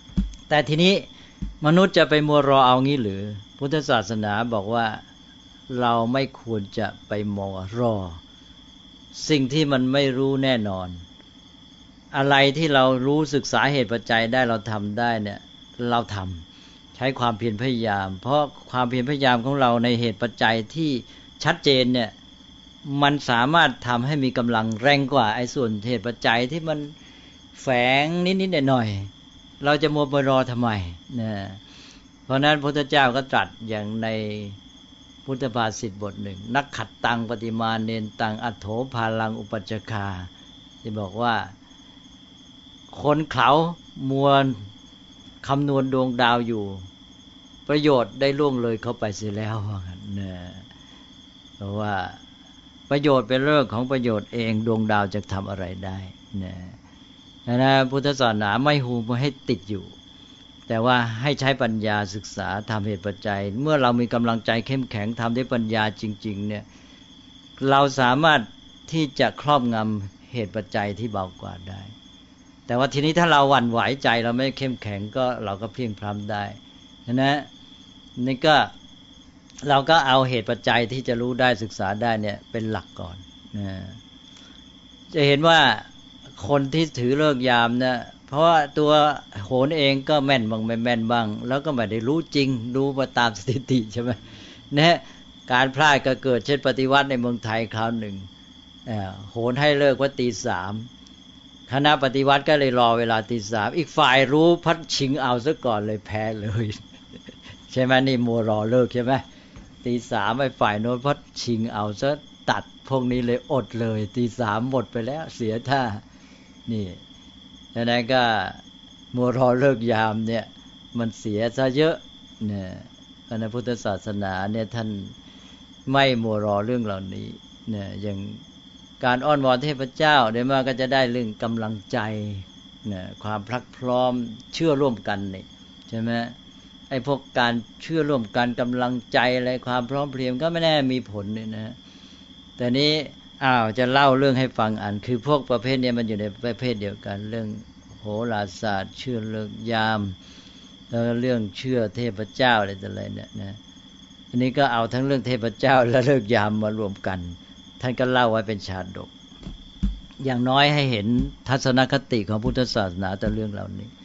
แต่ทีนี้มนุษย์จะไปมัวรอเอางี้หรือพุทธศาสนาบอกว่าเราไม่ควรจะไปมัวรอสิ่งที่มันไม่รู้แน่นอนอะไรที่เรารู้ศึกษาเหตุปัจจัยได้เราทำได้เนี่ยเราทำใช้ความเพียรพยายามเพราะความเพียรพยายามของเราในเหตุปัจจัยที่ชัดเจนเนี่ยมันสามารถทำให้มีกำลังแรงกว่าไอ้ส่วนเหตุปัจจัยที่มันแฝงนิดๆหน่อยๆเราจะมัวไปรอทำไมนะเพราะนั้นพระพุทธเจ้าก็ตรัสอย่างในพุทธภาษิตบทหนึ่งนักขัดตังปฏิมาเนนตังอัตโถภาลังอุปัจจคาที่บอกว่าคนเขามัวคำนวณดวงดาวอยู่ประโยชน์ได้ล่วงเลยเข้าไปเสียแล้วว่างั้นนะเพราะว่าประโยชน์เป็นเรื่องของประโยชน์เองดวงดาวจะทำอะไรได้นะพุทธศาสนาไม่หูไม่ให้ติดอยู่แต่ว่าให้ใช้ปัญญาศึกษาทำเหตุปัจจัยเมื่อเรามีกำลังใจเข้มแข็งทำด้วยปัญญาจริงๆเนี่ยเราสามารถที่จะครอบงำเหตุปัจจัยที่เบากว่าได้แต่ว่าทีนี้ถ้าเราหวั่นไหวใจเราไม่เข้มแข็งก็เราก็เพลียงพล้ำได้นะนี่ก็เราก็เอาเหตุปัจจัยที่จะรู้ได้ศึกษาได้เนี่ยเป็นหลักก่อนนะจะเห็นว่าคนที่ถือเลิกยามเนี่ยเพราะว่าตัวโหนเองก็แม่นบ้างไม่แม่นบ้างแล้วก็ไม่ได้รู้จริงรู้มาตามสถิติใช่ไหมนะการพลาดก็เกิดเช่นปฏิวัติในเมืองไทยคราวหนึ่งโหนให้เลิกว่า 3:00 นคณะปฏิวัติก็เลยรอเวลา 3:00 นอีกฝ่ายรู้พัดชิงเอาซะก่อนเลยแพ้เลยใช่ไหมนี่มัวรอเลิกใช่ไหม 3:00 นไอ้ฝ่ายโน้นพัดชิงเอาซะตัดพวกนี้เลยอดเลย 3:00 นหมดไปแล้วเสียท่านี่ฉะนั้นก็มัวรอเลิกยามเนี่ยมันเสียซะเยอะเนี่ยพระพุทธศาสนาเนี่ยท่านไม่มัวรอเรื่องเหล่านี้เนี่ยอย่างการอ้อนวอนเทพเจ้าเดี๋ยวมาก็จะได้เรื่องกำลังใจเนี่ยความพลักพร้อมเชื่อร่วมกันนี่ใช่ไหมไอ้พวกการเชื่อร่วมกันกำลังใจอะไรความพร้อมเพรียงก็ไม่แน่มีผลนี่นะแต่นี้จะเล่าเรื่องให้ฟังอันคือพวกประเภทนี้มันอยู่ในประเภทเดียวกันเรื่องโหราศาสตร์เชื่อเลิกยามแล้วเรื่องเชื่อเทพเจ้าอะไรเนี่ยนะอันนี้ก็เอาทั้งเรื่องเทพเจ้าและเลิกยามมารวมกันท่านก็เล่าไว้เป็นชาดกอย่างน้อยให้เห็นทัศนคติของพุทธศาสนาต่อเรื่องเหล่านี้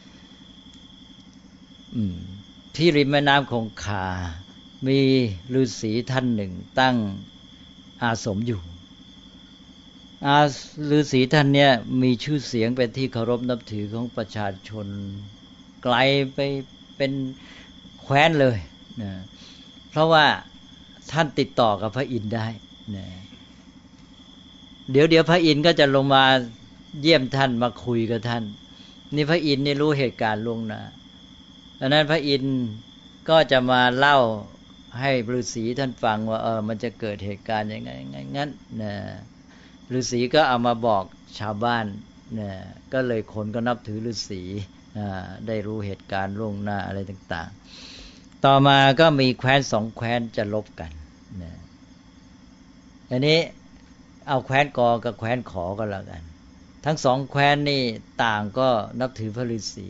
ที่ริมแม่น้ำคงคามีฤาษีท่านหนึ่งตั้งอาสมอยู่ฤาษีท่านเนี่ยมีชื่อเสียงเป็นที่เคารพนับถือของประชาชนไกลไปเป็นแคว้นเลยนะเพราะว่าท่านติดต่อกับพระอินทร์ได้นะเดี๋ยวพระอินทร์ก็จะลงมาเยี่ยมท่านมาคุยกับท่านนี่พระอินทร์นี่รู้เหตุการณ์ล่วงหน้าดังนั้นพระอินทร์ก็จะมาเล่าให้ฤาษีท่านฟังว่ามันจะเกิดเหตุการณ์ยังไงงั้นนะฤาษีก็เอามาบอกชาวบ้านนะก็เลยคนก็นับถือฤาษีได้รู้เหตุการณ์ล่วงหน้าอะไรต่างๆต่อมาก็มีแคว้น2แคว้นจะลบกันนะอันนี้เอาแคว้นกอกับแคว้นขอก็แล้วกันทั้ง2แคว้นนี่ต่างก็นับถือพระฤาษี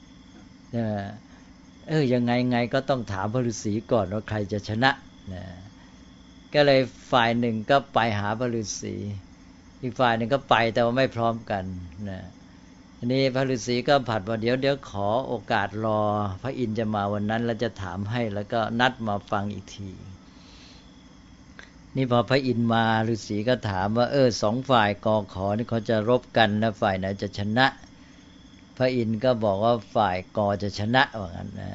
ยังไงก็ต้องถามพระฤาษีก่อนว่าใครจะชนะนะก็เลยฝ่ายหนึ่งก็ไปหาพระฤาษีอีกฝ่ายหนึ่งก็ไปแต่ว่าไม่พร้อมกันนะอันนี้พระฤาษีก็ผัดว่าเดี๋ยวขอโอกาสรอพระอินทร์จะมาวันนั้นแล้วจะถามให้แล้วก็นัดมาฟังอีกทีนี่พอพระอินทร์มาฤาษีก็ถามว่า2ฝ่ายกอขอนี่เขาจะรบกันนะฝ่ายไหนจะชนะพระอินทร์ก็บอกว่าฝ่ายกอจะชนะว่างั้นนะ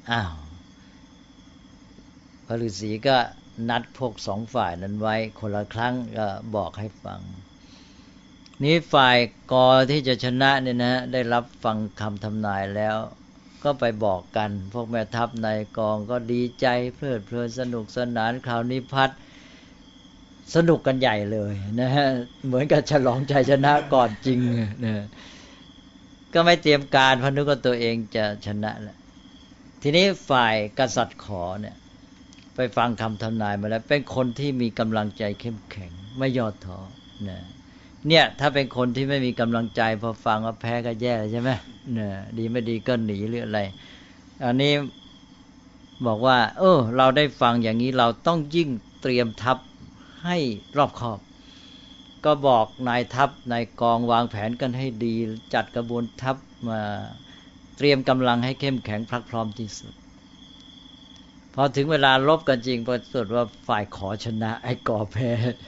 พระฤาษีก็นัดพวก2ฝ่ายนั้นไว้คนละครั้งก็บอกให้ฟังนี้ฝ่ายกอที่จะชนะเนี่ยนะได้รับฟังคำทำนายแล้วก็ไปบอกกันพวกแม่ทัพในกองก็ดีใจเพลิดเพลินสนุกสนานคราวนี้พัดสนุกกันใหญ่เลยนะฮะเหมือนกับฉลองชัยชนะก่อนจริงนะก็ไม่เตรียมการเพราะนึกว่าตัวเองจะชนะแล้วทีนี้ฝ่ายกษัตริย์ขอเนี่ยไปฟังคำทำนายมาแล้วเป็นคนที่มีกำลังใจเข้มแข็งไม่ย่อท้อเนี่ยถ้าเป็นคนที่ไม่มีกำลังใจพอฟังว่าแพ้ก็แย่ใช่ไหมเนี่ยดีไม่ดีก็หนีหรืออะไรอันนี้บอกว่าเราได้ฟังอย่างนี้เราต้องยิ่งเตรียมทัพให้รอบคอบก็บอกนายทัพนายกองวางแผนกันให้ดีจัดกระบวนทัพมาเตรียมกำลังให้เข้มแข็งพรักพร้อมที่สุดพอถึงเวลารบกันจริงปรากฏว่าฝ่ายขอชนะไอ้ก่อแพ้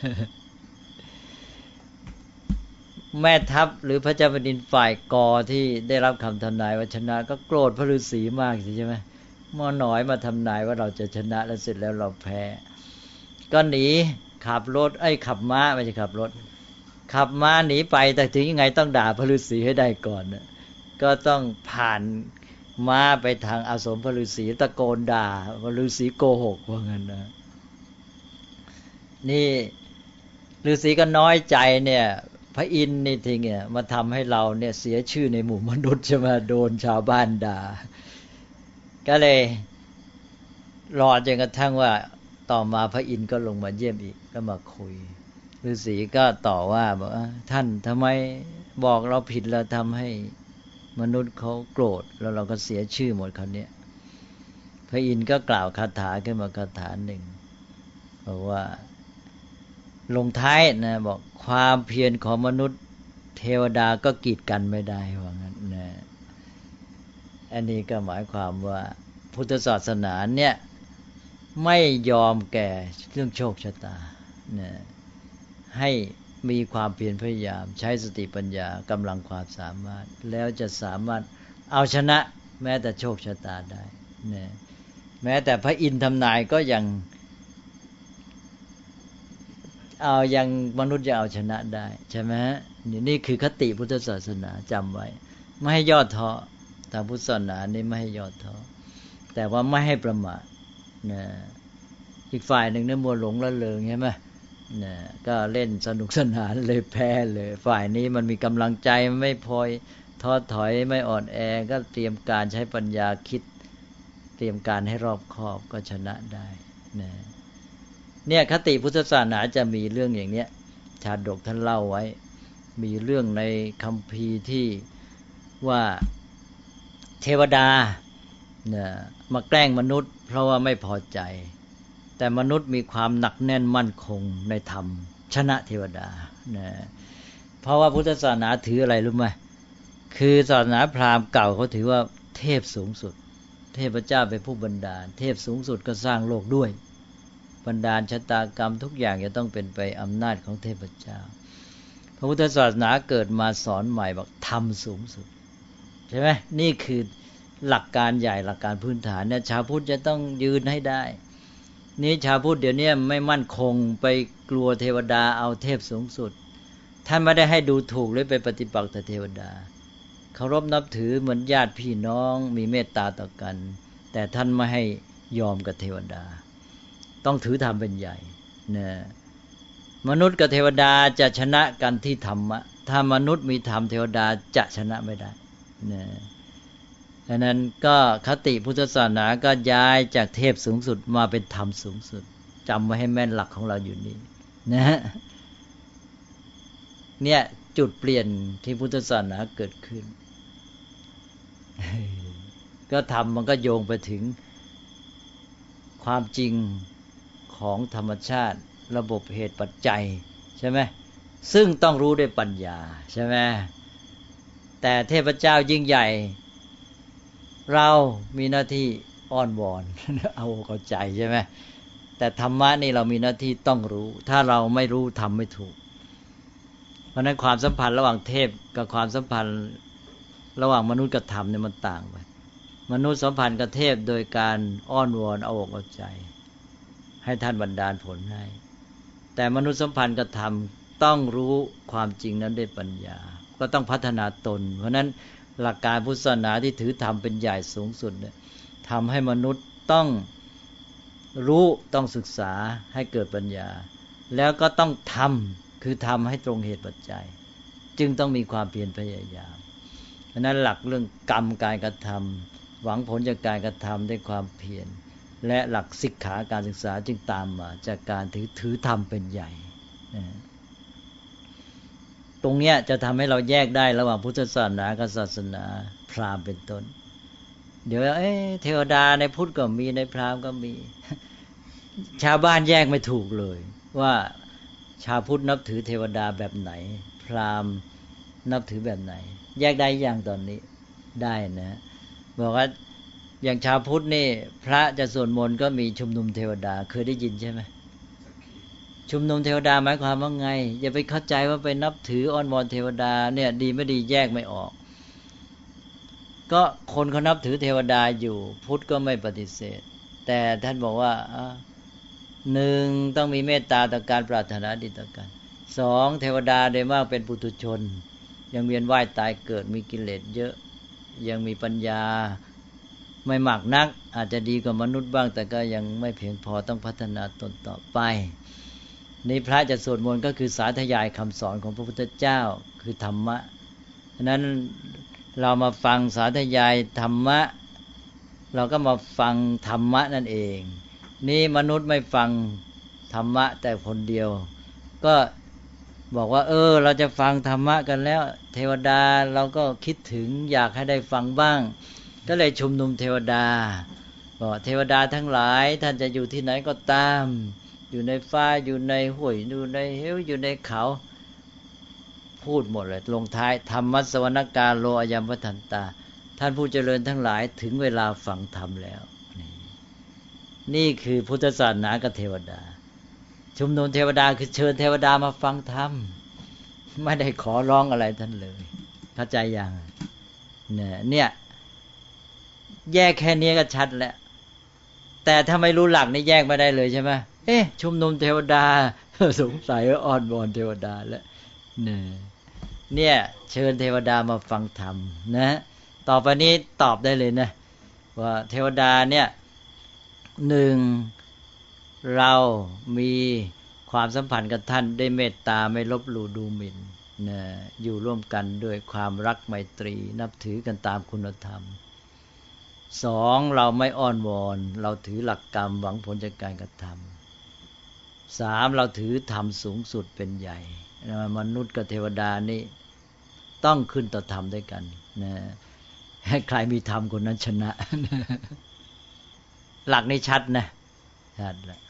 แม่ทัพหรือพระเจ้าแผ่นดินฝ่ายกอที่ได้รับคำทำนายว่าชนะก็โกรธพระฤาษีมากสิใช่ไหมหมอน้อยมาทำนายว่าเราจะชนะแล้วเสร็จแล้วเราแพ้ก็หนีขับรถขับม้าไม่ใช่ขับรถขับม้าหนีไปแต่ถึงยังไงต้องด่าพระฤาษีให้ได้ก่อนก็ต้องผ่านม้าไปทางอาสมพระฤาษีตะโกนด่าพระฤาษีโกหกว่างั้นนะนี่ฤาษีก็น้อยใจเนี่ยพระอินทร์นี่ทีเนี่ยมาทำให้เราเนี่ยเสียชื่อในหมู่มนุษย์ใช่ไหมโดนชาวบ้านด่าก็เลยรอจนกระทั่งว่าต่อมาพระอินทร์ก็ลงมาเยี่ยมอีกก็มาคุยฤาษีก็ต่อว่าบอกท่านทำไมบอกเราผิดแล้วทำให้มนุษย์เขาโกรธแล้วเราก็เสียชื่อหมดคนนี้พระอินทร์ก็กล่าวคาถาขึ้นมาคาถาหนึ่งบอกว่าลงท้ายนะบอกความเพียรของมนุษย์เทวดาก็กีดกันไม่ได้ว่างั้นนะอันนี้ก็หมายความว่าพุทธศาสนาเนี่ยไม่ยอมแก่เรื่องโชคชะตานะให้มีความเพียรพยายามใช้สติปัญญากำลังความสามารถแล้วจะสามารถเอาชนะแม้แต่โชคชะตาได้นะแม้แต่พระอินทร์ทำนายก็ยังมนุษย์จะเอาชนะได้ใช่ไหมนี่คือคติพุทธศาสนาจำไว้ไม่ให้ย่อท้อทางพุทธศาสนานี่ไม่ให้ย่อท้อแต่ว่าไม่ให้ประมาทนะอีกฝ่ายหนึ่งเนี่ยมัวหลงละเลงใช่ไหมนะก็เล่นสนุกสนานเลยแพ้เลยฝ่ายนี้มันมีกำลังใจไม่พอท้อถอยไม่อ่อนแอก็เตรียมการใช้ปัญญาคิดเตรียมการให้รอบคอบก็ชนะได้นะเนี่ยคติพุทธศาสนาจะมีเรื่องอย่างเนี้ยชาดกท่านเล่าไว้มีเรื่องในคัมภีร์ที่ว่าเทวดาเนี่ยมาแกล้งมนุษย์เพราะว่าไม่พอใจแต่มนุษย์มีความหนักแน่นมั่นคงในธรรมชนะเทวดานะเพราะว่าพุทธศาสนาถืออะไรรู้ไหมคือศาสนาพราหมณ์เก่าเขาถือว่าเทพสูงสุดเทพเจ้าเป็นผู้บันดาลเทพสูงสุดก็สร้างโลกด้วยบันดาลชะตากรรมทุกอย่างจะต้องเป็นไปอำนาจของเทพเจ้าพระพุทธศาสนาเกิดมาสอนใหม่บอกธรรมสูงสุดใช่ไหมนี่คือหลักการใหญ่หลักการพื้นฐานเนี่ยชาวพุทธจะต้องยืนให้ได้นี่ชาวพุทธเดี๋ยวนี้ไม่มั่นคงไปกลัวเทวดาเอาเทพสูงสุดท่านไม่ได้ให้ดูถูกหรือไปปฏิปักษ์ต่อเทวดาเคารพนับถือเหมือนญาติพี่น้องมีเมตตาต่อกันแต่ท่านไม่ให้ยอมกับเทวดาต้องถือธรรมเป็นใหญ่นะมนุษย์กับเทวดาจะชนะกันที่ธรรมะถ้ามนุษย์มีธรรมเทวดาจะชนะไม่ได้นะดังนั้นก็คติพุทธศาสนาก็ย้ายจากเทพสูงสุดมาเป็นธรรมสูงสุดจำไว้ให้แม่นหลักของเราอยู่นี่นะเนี่ยจุดเปลี่ยนที่พุทธศาสนาเกิดขึ้นก็ธรรมมันก็โยงไปถึงความจริงของธรรมชาติระบบเหตุปัจจัยใช่ไหมซึ่งต้องรู้ด้วยปัญญาใช่ไหมแต่เทพเจ้ายิ่งใหญ่เรามีหน้าที่อ้อนวอนเอาเข้าใจใช่ไหมแต่ธรรมะนี่เรามีหน้าที่ต้องรู้ถ้าเราไม่รู้ทำไม่ถูกเพราะนั้นความสัมพันธ์ระหว่างเทพกับความสัมพันธ์ระหว่างมนุษย์กับธรรมเนี่ยมันต่างไปมนุษย์สัมพันธ์กับเทพโดยการอ้อนวอนเอาอกเอาใจให้ท่านบันดาลผลให้แต่มนุษย์สัมพันธ์กับธรรมต้องรู้ความจริงนั้นด้วยปัญญาก็ต้องพัฒนาตนเพราะนั้นหลักการพุทธศาสนาที่ถือธรรมเป็นใหญ่สูงสุดเนี่ยทำให้มนุษย์ต้องรู้ต้องศึกษาให้เกิดปัญญาแล้วก็ต้องทำคือทำให้ตรงเหตุปัจจัยจึงต้องมีความเพียรพยายามเพราะนั้นหลักเรื่องกรรมการกระทำหวังผลจากการกระทำด้วยความเพียรและหลักศิกขาการศึกษาจึงตามมาจากการถือธรรมเป็นใหญ่ตรงเนี้ยจะทำให้เราแยกได้ระหว่างพุทธศาสนากับศาสนาพราหมณ์เป็นต้นเดี๋ยวเทวดาในพุทธก็มีในพราหมณ์ก็มี ชาวบ้านแยกไม่ถูกเลยว่าชาวพุทธนับถือเทวดาแบบไหนพราหมณ์นับถือแบบไหนแยกได้อย่างตอนนี้ได้นะบอกว่าอย่างชาวพุทธนี่พระจะสวดมนต์ก็มีชุมนุมเทวดาเคยได้ยินใช่ไหมชุมนุมเทวดาหมายความว่าไงอย่าไปเข้าใจว่าไปนับถืออ้อนวอนเทวดาเนี่ยดีไม่ดีแยกไม่ออกก็คนเขานับถือเทวดาอยู่พุทธก็ไม่ปฏิเสธแต่ท่านบอกว่าหนึ่งต้องมีเมตตาต่อการปรารถนาดีต่อกันสองเทวดาโดยมากเป็นปุถุชนยังเวียนว่ายตายเกิดมีกิเลสเยอะยังมีปัญญาไม่มากนักอาจจะดีกว่ามนุษย์บ้างแต่ก็ยังไม่เพียงพอต้องพัฒนาตนต่อไปนี่พระจะสวดมนต์ก็คือสาธยายคำสอนของพระพุทธเจ้าคือธรรมะฉะนั้นเรามาฟังสาธยายธรรมะเราก็มาฟังธรรมะนั่นเองนี่มนุษย์ไม่ฟังธรรมะแต่คนเดียวก็บอกว่าเราจะฟังธรรมะกันแล้วเทวดาเราก็คิดถึงอยากให้ได้ฟังบ้างก็เลยชุมนุมเทวดาบอกเทวดาทั้งหลายท่านจะอยู่ที่ไหนก็ตามอยู่ในฟ้าอยู่ในห้วยอยู่ในเหวอยู่ในเขาพูดหมดเลยลงท้ายธรรมสวรกาโลอยัมปทันตาท่านผู้เจริญทั้งหลายถึงเวลาฟังธรรมแล้วนี่คือพุทธศาสนากับเทวดาชุมนุมเทวดาคือเชิญเทวดามาฟังธรรมไม่ได้ขอร้องอะไรท่านเลยเข้าใจยังเนี่ยแยกแค่นี้ก็ชัดแล้วแต่ถ้าไม่รู้หลักนี่แยกไม่ได้เลยใช่ไหมชุมนุมเทวดาสงสัยว่าอ้อนวอนเทวดาแล้วเนี่ยเชิญเทวดามาฟังธรรมนะต่อไปนี้ตอบได้เลยนะว่าเทวดาเนี่ยหนึ่งเรามีความสัมพันธ์กับท่านได้เมตตาไม่ลบหลู่ดูหมิ่นนะอยู่ร่วมกันด้วยความรักไมตรีนับถือกันตามคุณธรรมสองเราไม่อ้อนวอนเราถือหลักกรรมหวังผลจากการกระทำสามเราถือธรรมสูงสุดเป็นใหญ่มนุษย์กับเทวดานี่ต้องขึ้นต่อธรรมด้วยกันนะให้ใครมีธรรมคนนั้นชนะหลักนี้ชัดนะชัดแล้ว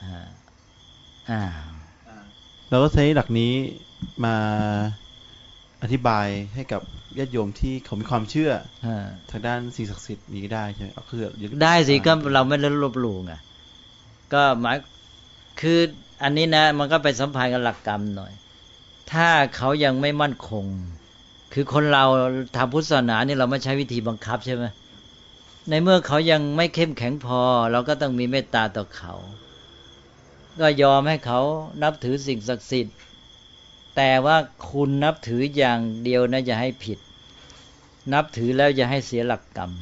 เราก็ใช้หลักนี้มาอธิบายให้กับญาติโยมที่เขามีความเชื่อทางด้านสิ่งศักดิ์สิทธิ์นี้ได้ใช่ไหมคือได้สิก็เราไม่ได้ลบหลู่ไงก็หมายคืออันนี้นะมันก็ไปสัมพันธ์กับหลักกรรมหน่อยถ้าเขายังไม่มั่นคงคือคนเราทางพุทธศาสนานี่เราไม่ใช้วิธีบังคับใช่ไหมในเมื่อเขายังไม่เข้มแข็งพอเราก็ต้องมีเมตตาต่อเขาก็ยอมให้เขานับถือสิ่งศักดิ์สิทธิ์แต่ว่าคุณนับถืออย่างเดียวนะอย่าให้ผิดนับถือแล้วอย่าให้เสียหลักกรรม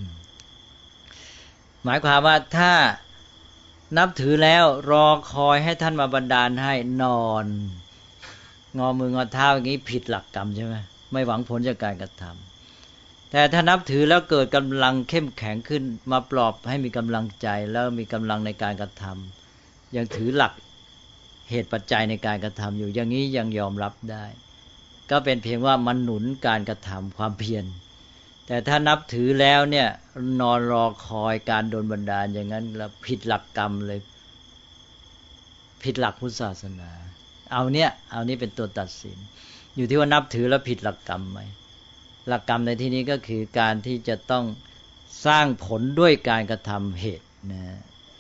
หมายความว่าถ้านับถือแล้วรอคอยให้ท่านมาบันดาลให้นอนงอมืองอเท้าอย่างนี้ผิดหลักกรรมใช่ไหมไม่หวังผลจากการกระทำแต่ถ้านับถือแล้วเกิดกำลังเข้มแข็งขึ้นมาปลอบให้มีกำลังใจแล้วมีกำลังในการกระทำยังถือหลักเหตุปัจจัยในการกระทำอยู่อย่างนี้ยังยอมรับได้ก็เป็นเพียงว่ามันหนุนการกระทำความเพียรแต่ถ้านับถือแล้วเนี่ยนอนรอคอยการโดนบันดาลอย่างนั้นแล้วผิดหลักกรรมเลยผิดหลักพุทธศาสนาเอานี้เป็นตัวตัดสินอยู่ที่ว่านับถือแล้วผิดหลักกรรมไหมหลักกรรมในที่นี้ก็คือการที่จะต้องสร้างผลด้วยการกระทำเหตุนะ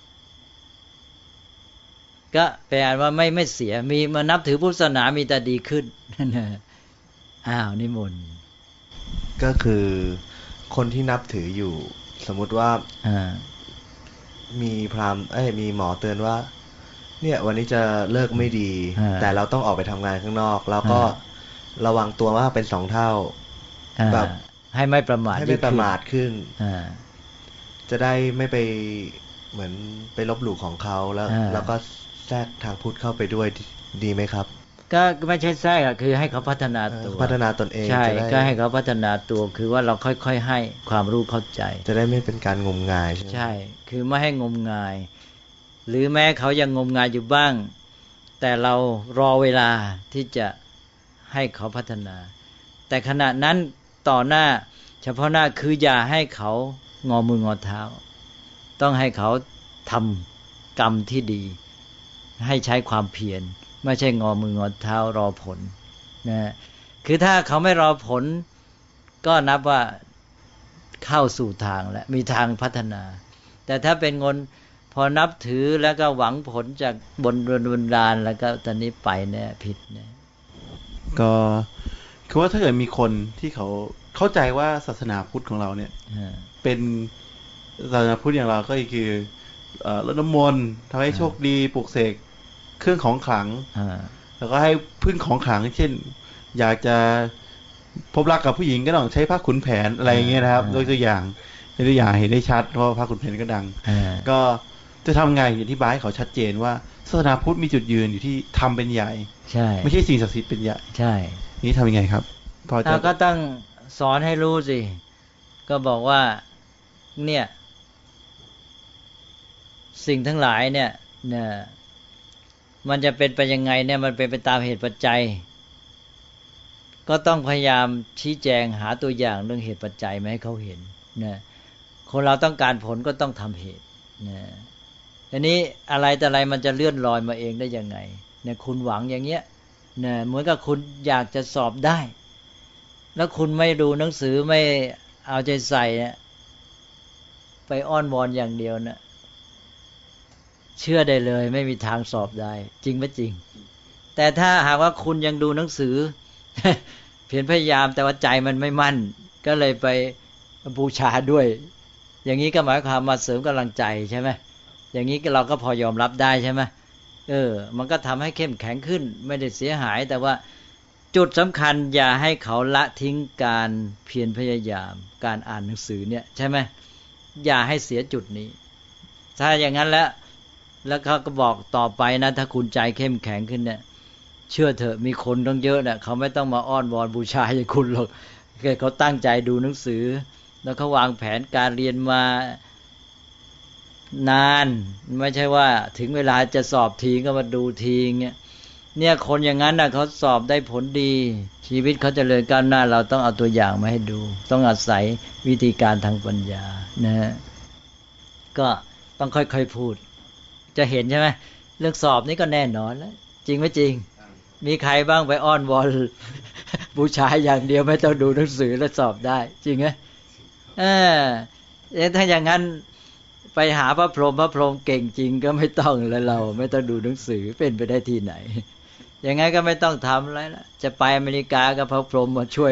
ก็แปลว่าไม่เสียมีมานับถือพุทธศาสนามีแต่ดีขึ้นนิมนต์ก็คือคนที่นับถืออยู่สมมุติว่ามีพราหมณ์มีหมอเตือนว่าเนี่ยวันนี้จะเลิกไม่ดีแต่เราต้องออกไปทำงานข้างนอกแล้วก็ระวังตัวว่าเป็น2 เท่าแบบให้ไม่ประมาทขึ้นจะได้ไม่ไปเหมือนไปลบหลู่ของเขาแล้วก็แทรกทางพุทธเข้าไปด้วยดีไหมครับก็ไม่ใช่แทรกคือให้เขาพัฒนาตัวพัฒนาตนเองใช่ก็ให้เขาพัฒนาตัวคือว่าเราค่อยๆให้ความรู้เข้าใจจะได้ไม่เป็นการงมงายใช่ไหมใช่คือไม่ให้งมงายหรือแม้เขายังงมงายอยู่บ้างแต่เรารอเวลาที่จะให้เขาพัฒนาแต่ขณะนั้นต่อหน้าเฉพาะหน้าคืออย่าให้เขางอมืองอเท้าต้องให้เขาทำกรรมที่ดีให้ใช้ความเพียรไม่ใช่งอมืองอเท้ารอผลนะคือถ้าเขาไม่รอผลก็นับว่าเข้าสู่ทางแล้วมีทางพัฒนาแต่ถ้าเป็นคนพอนับถือแล้วก็หวังผลจากบนดาลแล้วก็ตอนนี้ไปเนี่ยผิดเนี่ยก็คือว่าถ้าเกิดมีคนที่เขาเข้าใจว่าศาสนาพุทธของเราเนี่ยเป็นศาสนาพุทธอย่างเราก็คือรดน้ำมนต์ทำให้โชคดีปลุกเสกเครื่องของขลังแล้วก็ให้พึ่งของขลังเช่นอยากจะพบรักกับผู้หญิงก็ต้องใช้ผ้าขุนแผนอะไรอย่างเงี้ยนะครับโดยตัวอย่างเห็นได้ชัดเพราะผ้าขุนแผนก็ดังก็จะทำไงอธิบายให้เขาชัดเจนว่าศาสนาพุทธมีจุดยืนอยู่ที่ทำเป็นใหญ่ใช่ไม่ใช่สิ่งศักดิ์สิทธิ์เป็นใหญ่ใช่นี่ทำยังไงครับพอจะก็ต้องสอนให้รู้สิก็บอกว่าเนี่ยสิ่งทั้งหลายเนี่ยมันจะเป็นไปยังไงเนี่ยมันเป็นไปตามเหตุปัจจัยก็ต้องพยายามชี้แจงหาตัวอย่างเรื่องเหตุปัจจัยมาให้เขาเห็นนะคนเราต้องการผลก็ต้องทำเหตุนะทีนี้อะไรแต่อะไรมันจะเลื่อนลอยมาเองได้ยังไงเนี่ยคุณหวังอย่างเงี้ยนะเหมือนกับคุณอยากจะสอบได้แล้วคุณไม่ดูหนังสือไม่เอาใจใส่ไปอ้อนวอนอย่างเดียวนะเชื่อได้เลยไม่มีทางสอบได้จริงไหมจริงแต่ถ้าหากว่าคุณยังดูหนังสือเพียรพยายามแต่ว่าใจมันไม่มั่นก็เลยไปบูชาด้วยอย่างนี้ก็หมายความมาเสริมกำลังใจใช่ไหมอย่างนี้เราก็พอยอมรับได้ใช่ไหมมันก็ทำให้เข้มแข็งขึ้นไม่ได้เสียหายแต่ว่าจุดสำคัญอย่าให้เขาละทิ้งการเพียรพยายามการอ่านหนังสือเนี่ยใช่ไหมอย่าให้เสียจุดนี้ถ้าอย่างนั้นแล้วเขาก็บอกต่อไปนะถ้าคุณใจเข้มแข็งขึ้นเนี่ยเชื่อเถอะมีคนต้องเยอะเนี่ยเขาไม่ต้องมาอ้อนวอนบูชาอย่างคุณหรอกเขาตั้งใจดูหนังสือแล้วเขาวางแผนการเรียนมานานไม่ใช่ว่าถึงเวลาจะสอบทีก็มาดูทีเนี่ยคนอย่างนั้นน่ะเขาสอบได้ผลดีชีวิตเขาเจริญก้าวหน้าเราต้องเอาตัวอย่างมาให้ดูต้องอาศัยวิธีการทางปัญญานะฮะก็ต้องค่อยๆพูดจะเห็นใช่ไหมเรื่องสอบนี่ก็แน่นอนแล้วจริงไหมจริงมีใครบ้างไปอ้อนวอนบูชาอย่างเดียวไม่ต้องดูหนังสือแล้วสอบได้จริงไหมถ้าอย่างนั้นไปหาพระพรหมเก่งจริงก็ไม่ต้องแล้วเราไม่ต้องดูหนังสือเป็นไปได้ที่ไหนอย่างงั้นก็ไม่ต้องทำอะไรละจะไปอเมริกาก็พระพรหมมาช่วย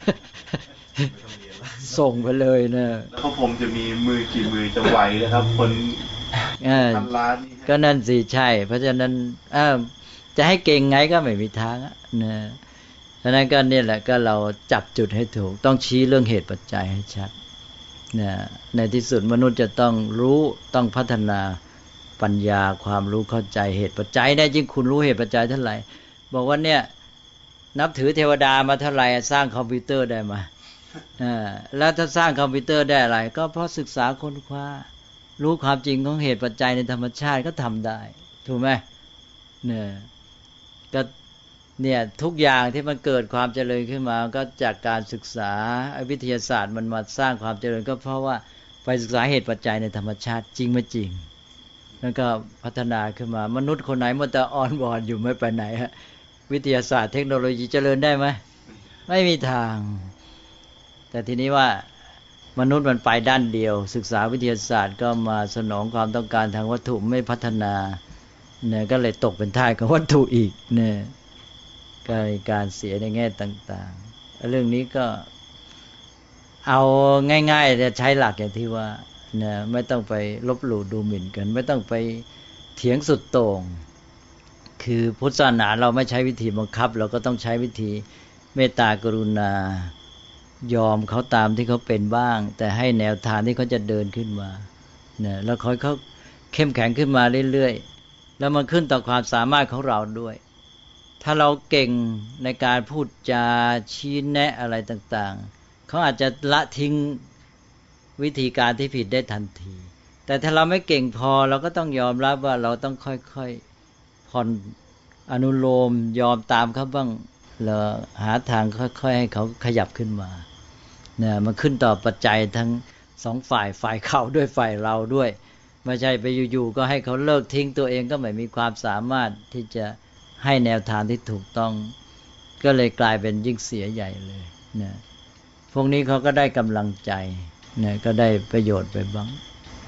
ส่งไปเลยนะแล้วพระพรหมจะมีมือกี่มือจะไหวนะครับคนพันล้านก็นั่นสิใช่เพราะฉะนั้นจะให้เก่งไงก็ไม่มีทางนะฉะนั้นก็เนี่ยแหละก็เราจับจุดให้ถูกต้องชี้เรื่องเหตุปัจจัยให้ชัดในที่สุดมนุษย์จะต้องรู้ต้องพัฒนาปัญญาความรู้เข้าใจเหตุปัจจัยได้จริงคุณรู้เหตุปัจจัยเท่าไหร่บอกว่าเนี่ยนับถือเทวดามาเท่าไหร่สร้างคอมพิวเตอร์ได้มาแล้วถ้าสร้างคอมพิวเตอร์ได้อะไรก็เพราะศึกษาค้นคว้ารู้ความจริงของเหตุปัจจัยในธรรมชาติก็ทำได้ถูกไหมเนี่ยก็เนี่ยทุกอย่างที่มันเกิดความเจริญขึ้นมาก็จากการศึกษาวิทยาศาสตร์มันมาสร้างความเจริญก็เพราะว่าไปศึกษาเหตุปัจจัยในธรรมชาติจริงไม่จริงแล้วก็พัฒนาขึ้นมามนุษย์คนไหนมันจะอ่อนวอนอยู่ไม่ไปไหนฮะวิทยาศาสตร์เทคโนโลยีเจริญได้ไหมไม่มีทางแต่ทีนี้ว่ามนุษย์มันไปด้านเดียวศึกษาวิทยาศาสตร์ก็มาสนองความต้องการทางวัตถุไม่พัฒนาเนี่ยก็เลยตกเป็นทาสของวัตถุอีกเนี่ยการเสียในแง่ต่างๆเรื่องนี้ก็เอาง่ายๆจะใช้หลักอย่างที่ว่าเนี่ยไม่ต้องไปลบหลู่ดูหมิ่นกันไม่ต้องไปเถียงสุดโต่งคือพุทธศาสนาเราไม่ใช้วิธีบังคับเราก็ต้องใช้วิธีเมตตากรุณายอมเขาตามที่เขาเป็นบ้างแต่ให้แนวทางที่เขาจะเดินขึ้นมาเนี่ยแล้วคอยเขาเข้มแข็งขึ้นมาเรื่อยๆแล้วมันขึ้นต่อความสามารถของเราด้วยถ้าเราเก่งในการพูดจาชี้แนะอะไรต่างๆเขาอาจจะละทิ้งวิธีการที่ผิดได้ทันทีแต่ถ้าเราไม่เก่งพอเราก็ต้องยอมรับว่าเราต้องค่อยๆผ่อนอนุโลมยอมตามเขาบ้างแล้วหาทางค่อยๆให้เขาขยับขึ้นมาเนี่ยมันขึ้นต่อปัจจัยทั้งสองฝ่ายเขาด้วยฝ่ายเราด้วยไม่ใช่ไปอยู่ๆก็ให้เขาเลิกทิ้งตัวเองก็ไม่มีความสามารถที่จะให้แนวทางที่ถูกต้องก็เลยกลายเป็นยิ่งเสียใหญ่เลยนะพวกนี้เขาก็ได้กำลังใจนะก็ได้ประโยชน์ไปบ้าง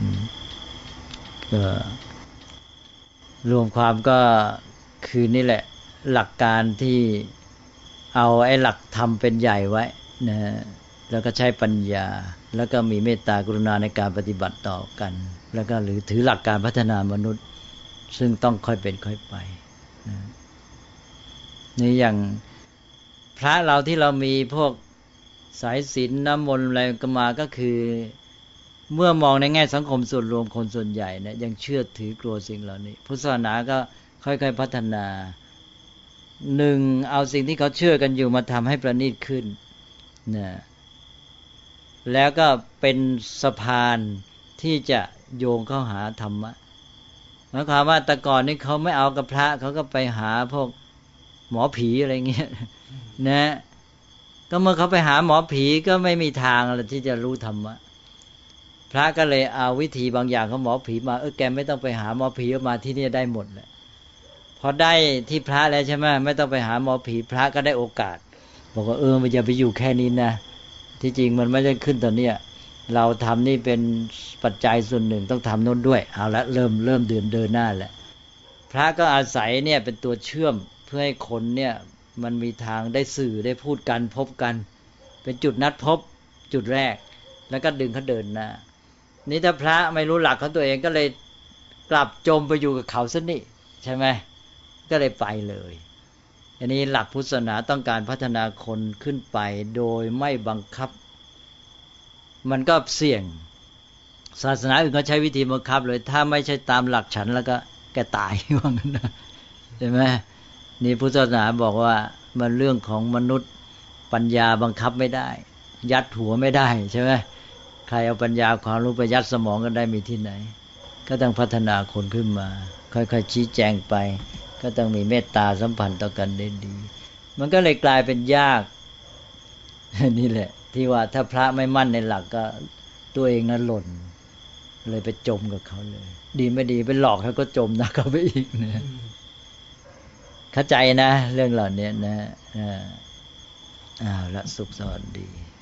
ก็รวมความก็คือนี่แหละหลักการที่เอาไอ้หลักธรรมเป็นใหญ่ไว้นะแล้วก็ใช้ปัญญาแล้วก็มีเมตตากรุณาในการปฏิบัติต่อกันแล้วก็หรือถือหลักการพัฒนามนุษย์ซึ่งต้องค่อยเป็นค่อยไปนะนี่อย่างพระเราที่เรามีพวกสายศีลน้ำมนต์อะไรก็มาก็คือเมื่อมองในแง่สังคมส่วนรวมคนส่วนใหญ่เนี่ยยังเชื่อถือกลัวสิ่งเหล่านี้พุทธศาสนาก็ค่อยๆพัฒนาหนึ่งเอาสิ่งที่เขาเชื่อกันอยู่มาทำให้ประณีตขึ้นนะแล้วก็เป็นสะพานที่จะโยงเข้าหาธรรมะหมายความว่าแต่ก่อนนี่เขาไม่เอากับพระเขาก็ไปหาพวกหมอผีอะไรเงี้ยนะก็เมื่อเขาไปหาหมอผีก็ไม่มีทางอะไรที่จะรู้ธรรมะพระก็เลยเอาวิธีบางอย่างของหมอผีมาแกไม่ต้องไปหาหมอผีมาที่นี่ได้หมดแหละพอได้ที่พระแล้วใช่ไหมไม่ต้องไปหาหมอผีพระก็ได้โอกาสบอกว่ามันอย่าไปอยู่แค่นี้นะที่จริงมันไม่ได้ขึ้นตอนเนี้ยเราทำนี่เป็นปัจจัยส่วนหนึ่งต้องทำโน้นด้วยเอาละเริ่มเดินหน้าแหละพระก็อาศัยเนี่ยเป็นตัวเชื่อมเพื่อให้คนเนี่ยมันมีทางได้สื่อได้พูดกันพบกันเป็นจุดนัดพบจุดแรกแล้วก็ดึงเขาเดินหน้านี่ถ้าพระไม่รู้หลักของตัวเองก็เลยกลับจมไปอยู่กับเขาซะนี่ใช่ไหมก็เลยไปเลยอันนี้หลักพุทธศาสนาต้องการพัฒนาคนขึ้นไปโดยไม่บังคับมันก็เสี่ยงศาสนาอื่นก็ใช้วิธีบังคับเลยถ้าไม่ใช่ตามหลักฉันแล้วก็แกตายว่างั้นนะใช่ไหมนี่พุทธศาสนาบอกว่ามันเรื่องของมนุษย์ปัญญาบังคับไม่ได้ยัดหัวไม่ได้ใช่ไหมใครเอาปัญญาความรู้ไปยัดสมองกันได้มีที่ไหนก็ต้องพัฒนาคนขึ้นมาค่อยๆชี้แจงไปก็ต้องมีเมตตาสัมพันธ์ต่อกันได้ดีมันก็เลยกลายเป็นยากนี่แหละที่ว่าถ้าพระไม่มั่นในหลักก็ตัวเองนั้นหล่นเลยไปจมกับเขาเลยดีไม่ดีไปหลอกเขาก็จมหนักเข้าไปอีกนะเข้าใจนะเรื่องเหล่านี้นะละสุขสวัสดี